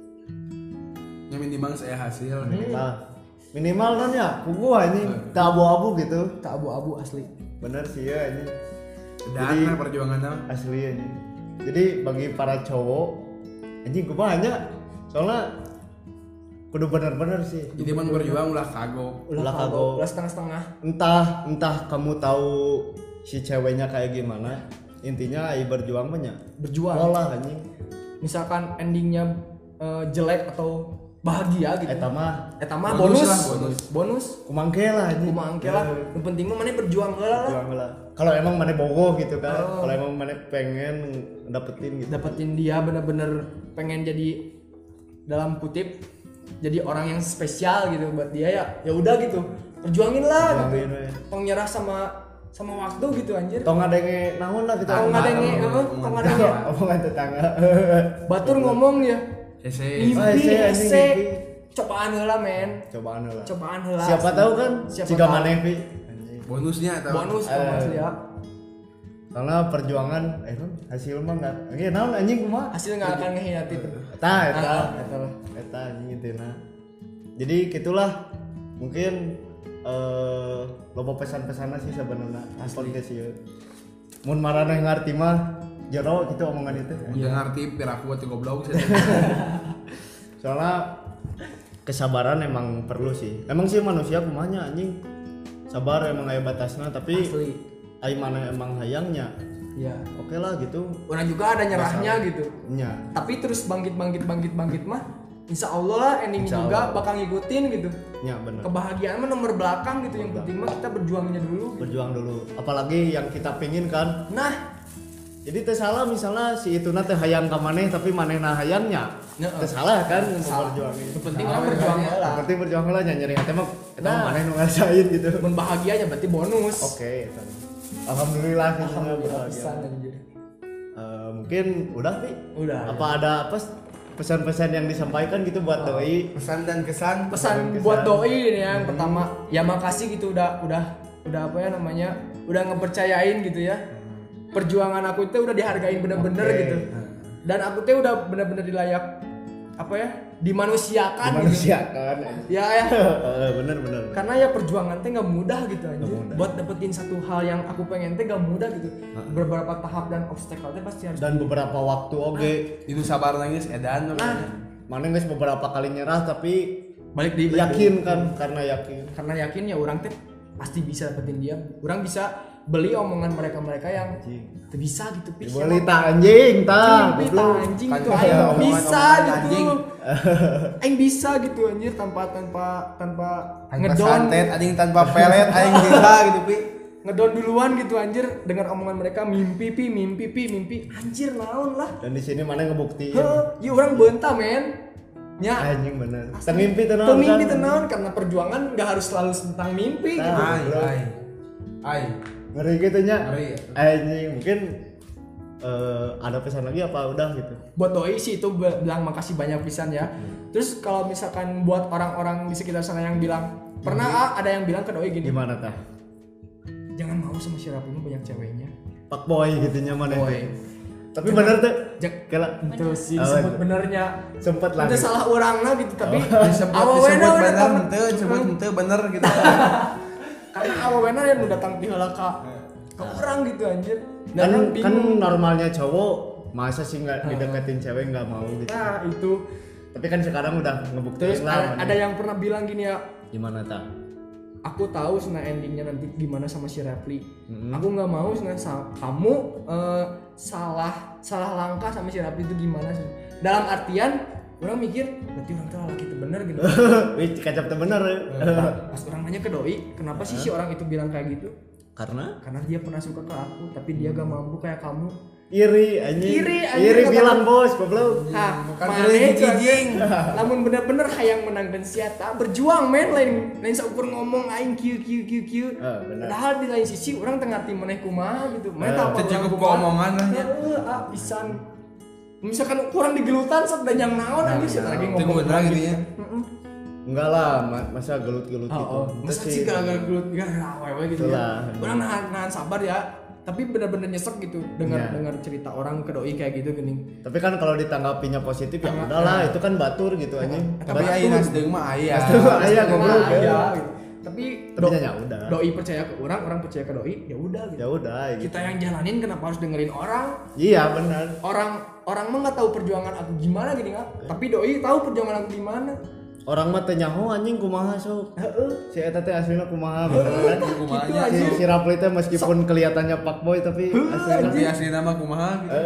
[SPEAKER 2] Ya minimal saya hasil.
[SPEAKER 1] Minimal. Minimal kan ya, puguh ini tak abu-abu gitu.
[SPEAKER 3] Tak abu-abu asli.
[SPEAKER 1] Bener sih ya ini.
[SPEAKER 2] Dan
[SPEAKER 1] Jadi-
[SPEAKER 2] lah perjuangannya.
[SPEAKER 1] Asli ini. Jadi bagi para cowok, anjing gue banyak. Soalnya kudu bener-bener sih.
[SPEAKER 2] Jadi emang berjuang ulah kagok.
[SPEAKER 3] Ulah
[SPEAKER 1] Ulah
[SPEAKER 3] kagok,
[SPEAKER 1] kagok.
[SPEAKER 3] ulah setengah-setengah.
[SPEAKER 1] Entah entah kamu tahu si ceweknya kayak gimana, intinya ai berjuang banyak.
[SPEAKER 3] Berjuang.
[SPEAKER 1] Olah anjing.
[SPEAKER 3] Misalkan endingnya eh, jelek atau bahagia gitu.
[SPEAKER 1] Eta mah
[SPEAKER 3] Eta mah
[SPEAKER 2] Bonus
[SPEAKER 3] bonus.
[SPEAKER 2] lah, bonus.
[SPEAKER 3] Bonus.
[SPEAKER 1] kumangke lah anjing.
[SPEAKER 3] Kumangke lah. Yang penting mah mana berjuang heula lah.
[SPEAKER 1] Berjuang lah. Kalau emang mana bogoh gitu kan.
[SPEAKER 3] Oh.
[SPEAKER 1] Kalau emang mana pengen dapetin gitu.
[SPEAKER 3] Dapetin dia bener-bener pengen jadi dalam kutip jadi orang yang spesial gitu buat dia ya. Ya udah gitu. Perjuangin lah
[SPEAKER 1] Perjuangin,
[SPEAKER 3] gitu.
[SPEAKER 1] we.
[SPEAKER 3] Tong nyerah sama sama waktu gitu anjir.
[SPEAKER 1] Tong ngadenge naon lah gitu.
[SPEAKER 3] Tong ngadenge,
[SPEAKER 2] Omongan-
[SPEAKER 3] heeh, tong ngadenge.
[SPEAKER 1] Omongan tetangga.
[SPEAKER 3] Batur ngomong ya.
[SPEAKER 2] Hese.
[SPEAKER 3] Mimpi,
[SPEAKER 1] Ah, ese, anjing,
[SPEAKER 3] ese.
[SPEAKER 1] mimpi.
[SPEAKER 3] Cobaan heula men.
[SPEAKER 1] Cobaan lah.
[SPEAKER 3] Cobaan heula.
[SPEAKER 1] Siapa tahu kan
[SPEAKER 3] Siapa
[SPEAKER 1] jika
[SPEAKER 3] tahu.
[SPEAKER 1] maneh pi. Anjing.
[SPEAKER 2] Bonusnya eta.
[SPEAKER 3] Bonus
[SPEAKER 1] Eh.
[SPEAKER 3] sama ya.
[SPEAKER 1] Karena perjuangan eh non hasil mah enggak. Oke, naon anjing kumaha?
[SPEAKER 3] Hasil nggak akan ngehianatin.
[SPEAKER 1] Eta eta
[SPEAKER 3] Ah, eta lah.
[SPEAKER 1] eta anjing itu nah. Jadi gitulah mungkin eh loba pesan-pesanna sih sebenarnya podcast ieu. Mun maraneh ngarti mah jero gitu omongan itu.
[SPEAKER 2] Udah ngerti piraku buat goblok sih.
[SPEAKER 1] Soalnya kesabaran emang perlu sih. Emang sih manusia kumanya anjing. Sabar emang aya batasna tapi
[SPEAKER 3] Asli.
[SPEAKER 1] ai mana emang hayangnya.
[SPEAKER 3] Ya.
[SPEAKER 1] Oke lah gitu.
[SPEAKER 3] Orang juga ada nyerahnya gitu.
[SPEAKER 1] Nya.
[SPEAKER 3] Tapi terus bangkit bangkit bangkit bangkit mah insya Allah lah ending
[SPEAKER 1] Insya
[SPEAKER 3] juga
[SPEAKER 1] Allah.
[SPEAKER 3] bakal ngikutin gitu.
[SPEAKER 1] Nya bener.
[SPEAKER 3] Kebahagiaan mah nomor belakang gitu. Yang penting mah kita berjuangnya dulu. Gitu.
[SPEAKER 1] Berjuang dulu. Apalagi yang kita pingin kan.
[SPEAKER 3] Nah,
[SPEAKER 1] Jadi teu salah misalnya si itu teh hayang ka maneh tapi manehna hayangnya.
[SPEAKER 3] Heeh.
[SPEAKER 1] Teu salah kan
[SPEAKER 3] Salah.
[SPEAKER 1] berjuangin.
[SPEAKER 3] Yang penting orang berjuang
[SPEAKER 2] Salah.
[SPEAKER 3] lah.
[SPEAKER 1] Yang penting berjuang lah nya nyeri hati mah eta
[SPEAKER 3] Nah.
[SPEAKER 1] maneh nu ngerasain gitu.
[SPEAKER 3] Men bahagianya berarti bonus.
[SPEAKER 1] Oke, eta. Alhamdulillah kita
[SPEAKER 3] Alhamdulillah
[SPEAKER 1] berbahagia.
[SPEAKER 3] pisan anjir.
[SPEAKER 1] Eh, mungkin udah Pi.
[SPEAKER 3] Udah.
[SPEAKER 1] Apa ada apa pesan-pesan yang disampaikan gitu buat doi?
[SPEAKER 2] Pesan dan kesan.
[SPEAKER 3] Pesan
[SPEAKER 1] Kesan.
[SPEAKER 3] buat doi ini yang pertama, ya makasih gitu udah udah udah apa ya namanya? Udah ngepercayain gitu ya. Perjuangan aku itu udah dihargain bener-bener
[SPEAKER 1] Oke.
[SPEAKER 3] gitu. Dan aku tuh udah bener-bener dilayak apa ya? Dimanusiakan
[SPEAKER 1] Manusia
[SPEAKER 3] gitu.
[SPEAKER 1] kan.
[SPEAKER 3] Ya ya.
[SPEAKER 1] Eh, bener bener.
[SPEAKER 3] Karena ya perjuangan teh nggak mudah gitu anjir.
[SPEAKER 1] mudah.
[SPEAKER 3] Buat dapetin satu hal yang aku pengen teh nggak mudah gitu. Beberapa tahap dan obstacle teh pasti harus.
[SPEAKER 1] Dan beberapa waktu oke.
[SPEAKER 2] Itu sabar nangis edan.
[SPEAKER 3] Nah,
[SPEAKER 1] Mana guys beberapa kali nyerah tapi
[SPEAKER 3] balik di
[SPEAKER 1] yakin kan karena yakin.
[SPEAKER 3] karena yakin ya orang teh pasti bisa dapetin dia. Orang bisa beli omongan mereka-mereka yang
[SPEAKER 1] Anjing.
[SPEAKER 3] tuh bisa gitu pis.
[SPEAKER 1] Boleh tak anjing tak.
[SPEAKER 3] Anjing,
[SPEAKER 1] goblok.
[SPEAKER 3] anjing
[SPEAKER 2] Kan
[SPEAKER 3] gitu
[SPEAKER 2] kayak
[SPEAKER 3] aing
[SPEAKER 2] omongan-
[SPEAKER 3] bisa
[SPEAKER 2] omongan
[SPEAKER 3] gitu.
[SPEAKER 2] anjing.
[SPEAKER 3] Aing bisa gitu anjir tanpa tanpa tanpa
[SPEAKER 2] Tanpa
[SPEAKER 3] ngedon
[SPEAKER 2] santet, anjing tanpa pelet, aing bisa gitu pi.
[SPEAKER 3] ngedon duluan gitu anjir dengan omongan mereka mimpi pi mimpi pi mimpi anjir naon lah.
[SPEAKER 1] Dan di sini mana ngebuktiin.
[SPEAKER 3] Heh, ya orang bentah men. Nya
[SPEAKER 1] Anjing bener. Teu mimpi teu
[SPEAKER 3] Tuh
[SPEAKER 1] naon
[SPEAKER 3] mimpi
[SPEAKER 1] kan?
[SPEAKER 3] tenaun karena perjuangan nggak harus selalu tentang mimpi gitu.
[SPEAKER 1] Nah.
[SPEAKER 2] Ai, ai. Ai.
[SPEAKER 1] Ngeri gitu nya.
[SPEAKER 2] Ngeri, ya.
[SPEAKER 1] Anjing mungkin eh, ada pesan lagi apa udah gitu.
[SPEAKER 3] Buat doi sih itu be- bilang makasih banyak pisan ya. Terus kalau misalkan buat orang-orang di sekitar sana yang bilang pernah ah, ada yang bilang ke doi gini,
[SPEAKER 1] Gimana tah?
[SPEAKER 3] jangan mau sama si Rapi mah banyak ceweknya.
[SPEAKER 1] Pak boy gitu nya mana.
[SPEAKER 3] Boy.
[SPEAKER 1] Tapi bener tuh.
[SPEAKER 3] Jak
[SPEAKER 1] Kela
[SPEAKER 3] itu sih
[SPEAKER 1] Oh,
[SPEAKER 3] disebut
[SPEAKER 1] iya.
[SPEAKER 3] benernya.
[SPEAKER 1] sempet lah.
[SPEAKER 3] Itu salah orangnya gitu tapi
[SPEAKER 2] Disebut
[SPEAKER 3] awalnya
[SPEAKER 2] disebut
[SPEAKER 3] udah
[SPEAKER 2] bener
[SPEAKER 3] datang
[SPEAKER 2] henteu, disebut henteu bener gitu.
[SPEAKER 3] karena awalnya yang udah datang di ka ke orang gitu anjir. Dan
[SPEAKER 1] Kan
[SPEAKER 3] orang
[SPEAKER 1] kan
[SPEAKER 3] bingung.
[SPEAKER 1] normalnya cowok masa sih nggak dideketin cewek nggak mau gitu.
[SPEAKER 3] Nah itu
[SPEAKER 1] Tapi kan sekarang udah
[SPEAKER 3] terus
[SPEAKER 1] ngebuktiin
[SPEAKER 3] ada,
[SPEAKER 1] lah. mana.
[SPEAKER 3] ada yang pernah bilang gini ya,
[SPEAKER 1] Gimana tak?
[SPEAKER 3] aku tahu sena endingnya nanti gimana sama si Repli.
[SPEAKER 1] Mm-hmm.
[SPEAKER 3] Aku nggak mau sena sa- kamu eh, salah salah langkah sama si Repli itu gimana sih? Dalam artian orang mikir berarti orang tuh laki itu bener gitu.
[SPEAKER 1] Wih, kacap tuh bener ya.
[SPEAKER 3] Pas orang nanya ke doi, kenapa sih si orang itu bilang kayak gitu?
[SPEAKER 1] Karena
[SPEAKER 3] Karena dia pernah suka ke aku, tapi dia gak mampu kayak kamu.
[SPEAKER 1] iri anjing.
[SPEAKER 3] Iri, anjing,
[SPEAKER 1] Iri
[SPEAKER 3] kata-
[SPEAKER 1] bilang bos, goblok.
[SPEAKER 3] Nah,
[SPEAKER 2] Bukan
[SPEAKER 3] mana
[SPEAKER 2] pilih
[SPEAKER 3] itu
[SPEAKER 2] kijing.
[SPEAKER 3] namun bener-bener hayang menang dan siata berjuang men lain lain saukur ngomong aing kieu kieu kieu kieu.
[SPEAKER 1] Ah, benar.
[SPEAKER 3] Padahal di lain sisi orang teu ngarti maneh kumaha gitu. Maneh
[SPEAKER 1] Ah,
[SPEAKER 3] tau apa
[SPEAKER 2] Itu
[SPEAKER 3] urang
[SPEAKER 2] cukup
[SPEAKER 3] kumaha.
[SPEAKER 2] keomongan lah nya.
[SPEAKER 3] Heeh, ah pisan. Misalkan kurang digelutan sok dan yang naon anjing sih lagi
[SPEAKER 2] Itu
[SPEAKER 3] ngomong.
[SPEAKER 2] bener gitu ya.
[SPEAKER 3] Heeh.
[SPEAKER 1] Enggak lah, ma- masa gelut-gelut
[SPEAKER 3] Oh,
[SPEAKER 1] gitu.
[SPEAKER 3] oh.
[SPEAKER 1] Itu
[SPEAKER 3] Masa
[SPEAKER 1] sih.
[SPEAKER 3] sih gara-gara gelut gara wewe gitu
[SPEAKER 1] Itulah.
[SPEAKER 3] ya. Orang nahan, nahan sabar ya. Tapi bener-bener nyesek gitu dengar
[SPEAKER 1] Iya.
[SPEAKER 3] dengar cerita orang ke doi kayak gitu gini.
[SPEAKER 1] Tapi kan kalau ditanggapinya positif ya
[SPEAKER 3] Tangga-
[SPEAKER 1] udahlah, itu kan batur gitu anjing.
[SPEAKER 2] Tapi aing nasdeung mah aya.
[SPEAKER 1] Nasdeung mah aya. goblok,
[SPEAKER 3] Nah,
[SPEAKER 1] ya.
[SPEAKER 3] iya, gitu. Tapi
[SPEAKER 1] Tapi
[SPEAKER 3] do-
[SPEAKER 1] ya udah.
[SPEAKER 3] doi percaya ke orang, orang percaya ke doi, ya udah gitu.
[SPEAKER 1] Ya udah gitu.
[SPEAKER 3] Kita yang jalanin kenapa harus dengerin orang?
[SPEAKER 1] Iya, benar.
[SPEAKER 3] Orang orang mah nggak tahu perjuangan aku gimana gini nggak? Tapi doi tahu perjuangan aku gimana.
[SPEAKER 1] orang mah teh nyaho anjing kumaha sok. Heeh. Si eta teh aslinya kumaha beneran.
[SPEAKER 2] Kumahanya
[SPEAKER 1] Si, si Rapli teh meskipun kelihatannya fuckboy tapi aslinya
[SPEAKER 2] tapi asli nama kumaha gitu.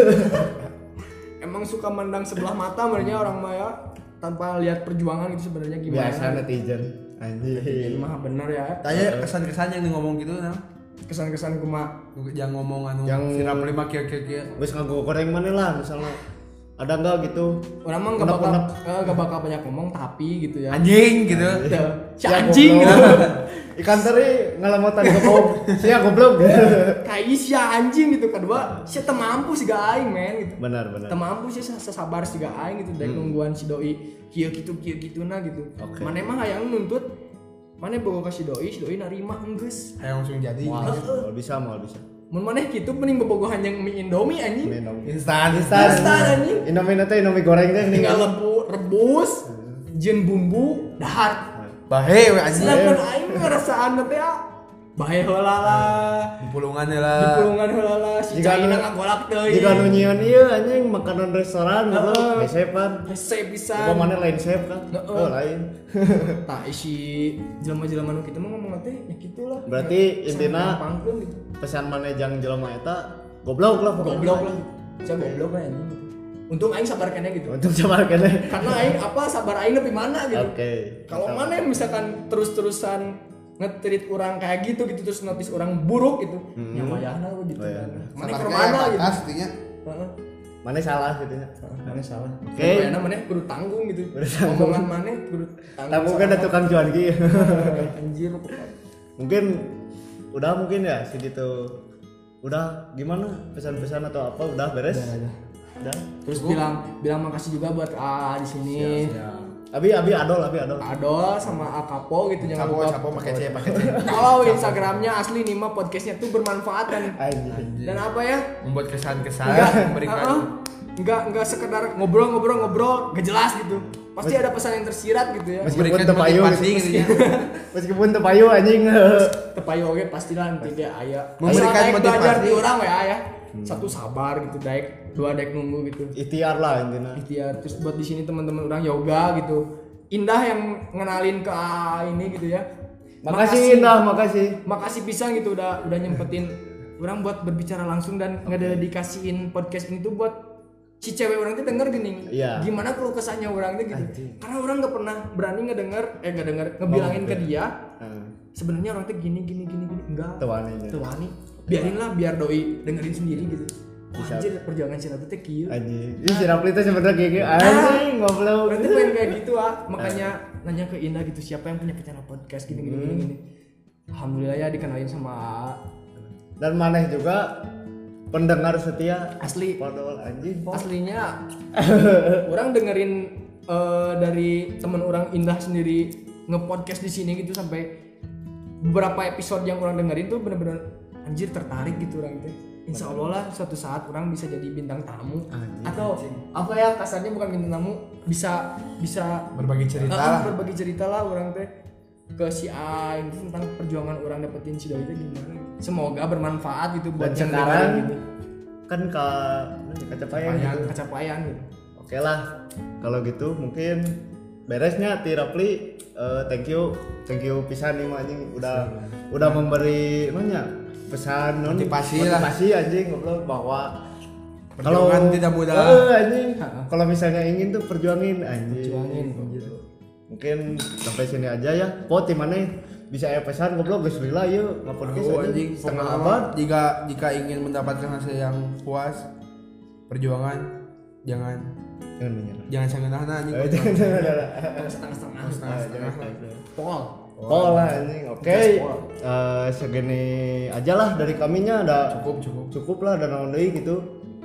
[SPEAKER 3] Emang suka mandang sebelah mata sebenarnya orang Maya tanpa lihat perjuangan itu sebenarnya gimana.
[SPEAKER 1] biasa netizen
[SPEAKER 3] Ini
[SPEAKER 1] anjing.
[SPEAKER 3] mah bener ya.
[SPEAKER 2] Tanya kesan-kesan yang ngomong gitu nah.
[SPEAKER 3] Kesan-kesan kuma
[SPEAKER 2] Yang ngomong anu
[SPEAKER 1] Yang-
[SPEAKER 2] si Rapli mah kieu-kieu.
[SPEAKER 1] Wes ngagoreng mana lah misalnya. Ada enggak gitu?
[SPEAKER 3] orang mah gak bakal
[SPEAKER 1] Unek-unek.
[SPEAKER 3] eh, gak bakal banyak ngomong tapi gitu ya.
[SPEAKER 2] Anjing gitu.
[SPEAKER 3] Tuh, si
[SPEAKER 1] Ya,
[SPEAKER 3] anjing gitu.
[SPEAKER 1] goblok. Ikan teri ngalamotan gebog. Sia goblok.
[SPEAKER 3] Kayak si anjing gitu. Kedua, si teu mampu si aing men gitu.
[SPEAKER 1] Benar benar.
[SPEAKER 3] Teu mampu sih sasabar si aing gitu dek nungguan si doi kieu gitu kieu kituna gitu.
[SPEAKER 1] Oke.
[SPEAKER 3] Mane mah hayang nuntut mane boga ka si doi, si doi narima enggeus.
[SPEAKER 2] Hayang langsung jadi.
[SPEAKER 1] Mau mau bisa mau bisa.
[SPEAKER 3] Mun maneh kitu mending bobogohan yang mie Indomie anjing.
[SPEAKER 1] Minum.
[SPEAKER 2] Instan,
[SPEAKER 1] Instan.
[SPEAKER 3] Instan anjing.
[SPEAKER 1] Indomie teh Indomie goreng teh
[SPEAKER 3] Tinggal
[SPEAKER 1] tinggal
[SPEAKER 3] lebu, rebus, jieun bumbu, dahar.
[SPEAKER 2] Bahe we anjing.
[SPEAKER 3] Sedangkan aing ngerasaan teh ya bae heula lah.
[SPEAKER 2] Pulungan
[SPEAKER 3] Di
[SPEAKER 2] lah.
[SPEAKER 3] pulungan heula lah si
[SPEAKER 1] Jika
[SPEAKER 3] Caina
[SPEAKER 1] anu-
[SPEAKER 3] ngagolak teuing.
[SPEAKER 1] Jika nu nyieun ieu anjing makanan restoran goblok,
[SPEAKER 3] Heeh.
[SPEAKER 1] resepan.
[SPEAKER 3] Hese bisa.
[SPEAKER 1] Apa mana lain chef kan?
[SPEAKER 3] Heeh.
[SPEAKER 1] Oh, lain.
[SPEAKER 3] Tah si jelema-jelema nu kitu mah ngomong teh ya kitulah.
[SPEAKER 1] Berarti intina-
[SPEAKER 3] pangkeun gitu.
[SPEAKER 1] Pesan mana jang jelema eta goblok lah pokoknya.
[SPEAKER 3] Goblok lah. Saya goblok lah anjing gitu. Untung aing sabar kene gitu.
[SPEAKER 1] Untuk coba kene.
[SPEAKER 3] Karena aing apa sabar aing lebih mana gitu.
[SPEAKER 1] Oke.
[SPEAKER 3] Kalau mana yang misalkan terus-terusan nge-treat orang kayak gitu gitu terus notice orang buruk gitu.
[SPEAKER 1] Hmm.
[SPEAKER 3] Nyamayahna we gitu.
[SPEAKER 1] Oh, iya.
[SPEAKER 3] Mana
[SPEAKER 2] Sabar
[SPEAKER 3] ke
[SPEAKER 2] kayak
[SPEAKER 3] mana gitu.
[SPEAKER 2] batas intinya.
[SPEAKER 3] Heeh.
[SPEAKER 1] Mana salah gitu nya.
[SPEAKER 3] Mana salah.
[SPEAKER 1] Oke.
[SPEAKER 3] Kayaknya mana kudu tanggung gitu.
[SPEAKER 1] Kudu tanggung.
[SPEAKER 3] Omongan mana kudu tanggung.
[SPEAKER 1] Tamu kan ada tukang cuan ki.
[SPEAKER 3] Anjir.
[SPEAKER 1] Mungkin udah mungkin ya si gitu. Udah gimana pesan-pesan atau apa udah beres?
[SPEAKER 3] Udah, udah.
[SPEAKER 1] Udah.
[SPEAKER 3] Terus bilang bilang makasih juga buat A di sini.
[SPEAKER 1] Abi abi adol abi adol.
[SPEAKER 3] Adol sama Akapo gitu jangan
[SPEAKER 2] Sapo
[SPEAKER 3] lupa.
[SPEAKER 2] sapo pakai C pakai C.
[SPEAKER 3] Follow Instagramnya asli nih mah podcastnya tuh bermanfaat dan
[SPEAKER 1] Anjing.
[SPEAKER 3] dan apa ya?
[SPEAKER 2] Membuat kesan-kesan
[SPEAKER 3] Enggak,
[SPEAKER 2] memberikan
[SPEAKER 3] uh-uh. enggak enggak sekedar ngobrol-ngobrol-ngobrol gak jelas gitu. Pasti ada pesan yang tersirat gitu ya.
[SPEAKER 1] Meskipun
[SPEAKER 2] memberikan
[SPEAKER 1] tepayu
[SPEAKER 2] motivasi
[SPEAKER 1] gitu.
[SPEAKER 2] gitu ya.
[SPEAKER 1] Meskipun tepayu anjing.
[SPEAKER 3] Tepayu oke pastilah nanti dia aya.
[SPEAKER 2] Memberikan
[SPEAKER 3] Asal daek belajar
[SPEAKER 2] motivasi.
[SPEAKER 3] di orang we aya. Satu sabar gitu daek, dua daek nunggu gitu.
[SPEAKER 1] Ikhtiar lah intinya.
[SPEAKER 3] Ikhtiar terus buat di sini teman-teman orang yoga gitu. Indah yang ngenalin ke A A ini gitu ya.
[SPEAKER 1] Makasih Indah, makasih.
[SPEAKER 3] Makasih pisang gitu udah udah nyempetin orang buat berbicara langsung dan ngededikasiin podcast ini tuh buat si cewek orang tuh denger gini.
[SPEAKER 1] Iya.
[SPEAKER 3] Gimana kalau kesannya orang tuh gitu.
[SPEAKER 1] Anjing.
[SPEAKER 3] Karena orang nggak pernah berani ngedenger eh nggak denger ngebilangin ke dia
[SPEAKER 1] Heeh.
[SPEAKER 3] sebenarnya orang tuh gini gini gini gini enggak.
[SPEAKER 1] Tuh wani.
[SPEAKER 3] Tuh wani. Biarin lah biar doi dengerin sendiri gitu. Wah,
[SPEAKER 1] Bisa.
[SPEAKER 3] anjir perjuangan si Ratu teh kieu.
[SPEAKER 1] Anjing. Ini si Rapli teh sebenarnya kayak gitu. Anjing goblok.
[SPEAKER 3] Berarti pengen kayak gitu ah. Makanya nanya ke Indah gitu siapa yang punya channel podcast gini gini gini gini. Alhamdulillah ya dikenalin sama A A.
[SPEAKER 1] Dan maneh juga pendengar setia
[SPEAKER 3] Asli
[SPEAKER 1] podol anjing.
[SPEAKER 3] aslinya orang dengerin eh, dari teman orang Indah sendiri nge-podcast di sini gitu sampai beberapa episode yang orang dengerin tuh bener-bener anjir tertarik gitu orang teh. Insya Allah lah suatu saat orang bisa jadi bintang tamu
[SPEAKER 1] Anjir,
[SPEAKER 3] atau apa ya kasarnya bukan bintang tamu bisa bisa
[SPEAKER 2] berbagi cerita
[SPEAKER 3] eh,
[SPEAKER 2] lah.
[SPEAKER 3] berbagi cerita lah orang teh ke si A itu tentang perjuangan orang dapetin si Doi itu gimana. Semoga bermanfaat gitu buat
[SPEAKER 1] Dan
[SPEAKER 3] yang
[SPEAKER 1] sekarang
[SPEAKER 3] dengerin gitu.
[SPEAKER 1] kan ka kacapayang gitu.
[SPEAKER 3] Kecapaian gitu.
[SPEAKER 1] Oke lah, kalau gitu mungkin beresnya Ti Rapli. Eh, thank you, thank you pisan nih mah anjing udah udah memberi nanya pesan non
[SPEAKER 2] Motivasi lah.
[SPEAKER 1] motivasi anjing goblok bahwa
[SPEAKER 2] Perjuangan tidak mudah.
[SPEAKER 1] Eh, anjing kalau misalnya ingin tuh perjuangin anjing.
[SPEAKER 3] Perjuangin.
[SPEAKER 1] Mungkin sampai sini aja ya. Po ti mana bisa aya pesan goblok geus lila yeuh ngapodcast
[SPEAKER 2] Oh,
[SPEAKER 1] anjing
[SPEAKER 2] anjing
[SPEAKER 1] setengah
[SPEAKER 2] pokoknya
[SPEAKER 1] abad.
[SPEAKER 2] jika jika ingin mendapatkan hasil yang puas perjuangan jangan
[SPEAKER 1] Jangan menyerah.
[SPEAKER 2] jangan sangeunahna anjing.
[SPEAKER 1] Eh, jangan menyerah.
[SPEAKER 3] Setengah-setengah.
[SPEAKER 2] Setengah-setengah.
[SPEAKER 3] Pol.
[SPEAKER 1] Oh lah anjing. Oke. Eh, segini aja lah dari kaminya ada
[SPEAKER 2] Cukup cukup.
[SPEAKER 1] cukup lah dan naon deui gitu.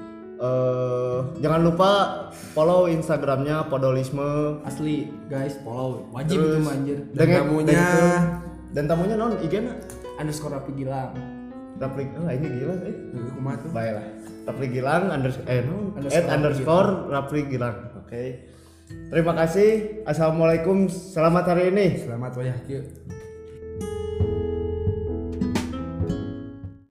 [SPEAKER 1] Eh, jangan lupa follow Instagramnya Podolisme.
[SPEAKER 3] Asli guys follow wajib
[SPEAKER 1] Terus
[SPEAKER 3] itu mah anjir.
[SPEAKER 2] Dan tamunya-
[SPEAKER 1] dan, itu, dan tamunya non I G-na
[SPEAKER 3] Underscore Rapi Gilang.
[SPEAKER 1] Rapli. Oh ini gila eh.
[SPEAKER 2] Jadi kumaha tuh?
[SPEAKER 1] Baiklah. Rapli Gilang underscore eh no,
[SPEAKER 3] Underscore
[SPEAKER 1] at underscore Rapli Gilang. Oke. Terima kasih. Assalamualaikum. Selamat hari ini.
[SPEAKER 2] Selamat wayah kieu.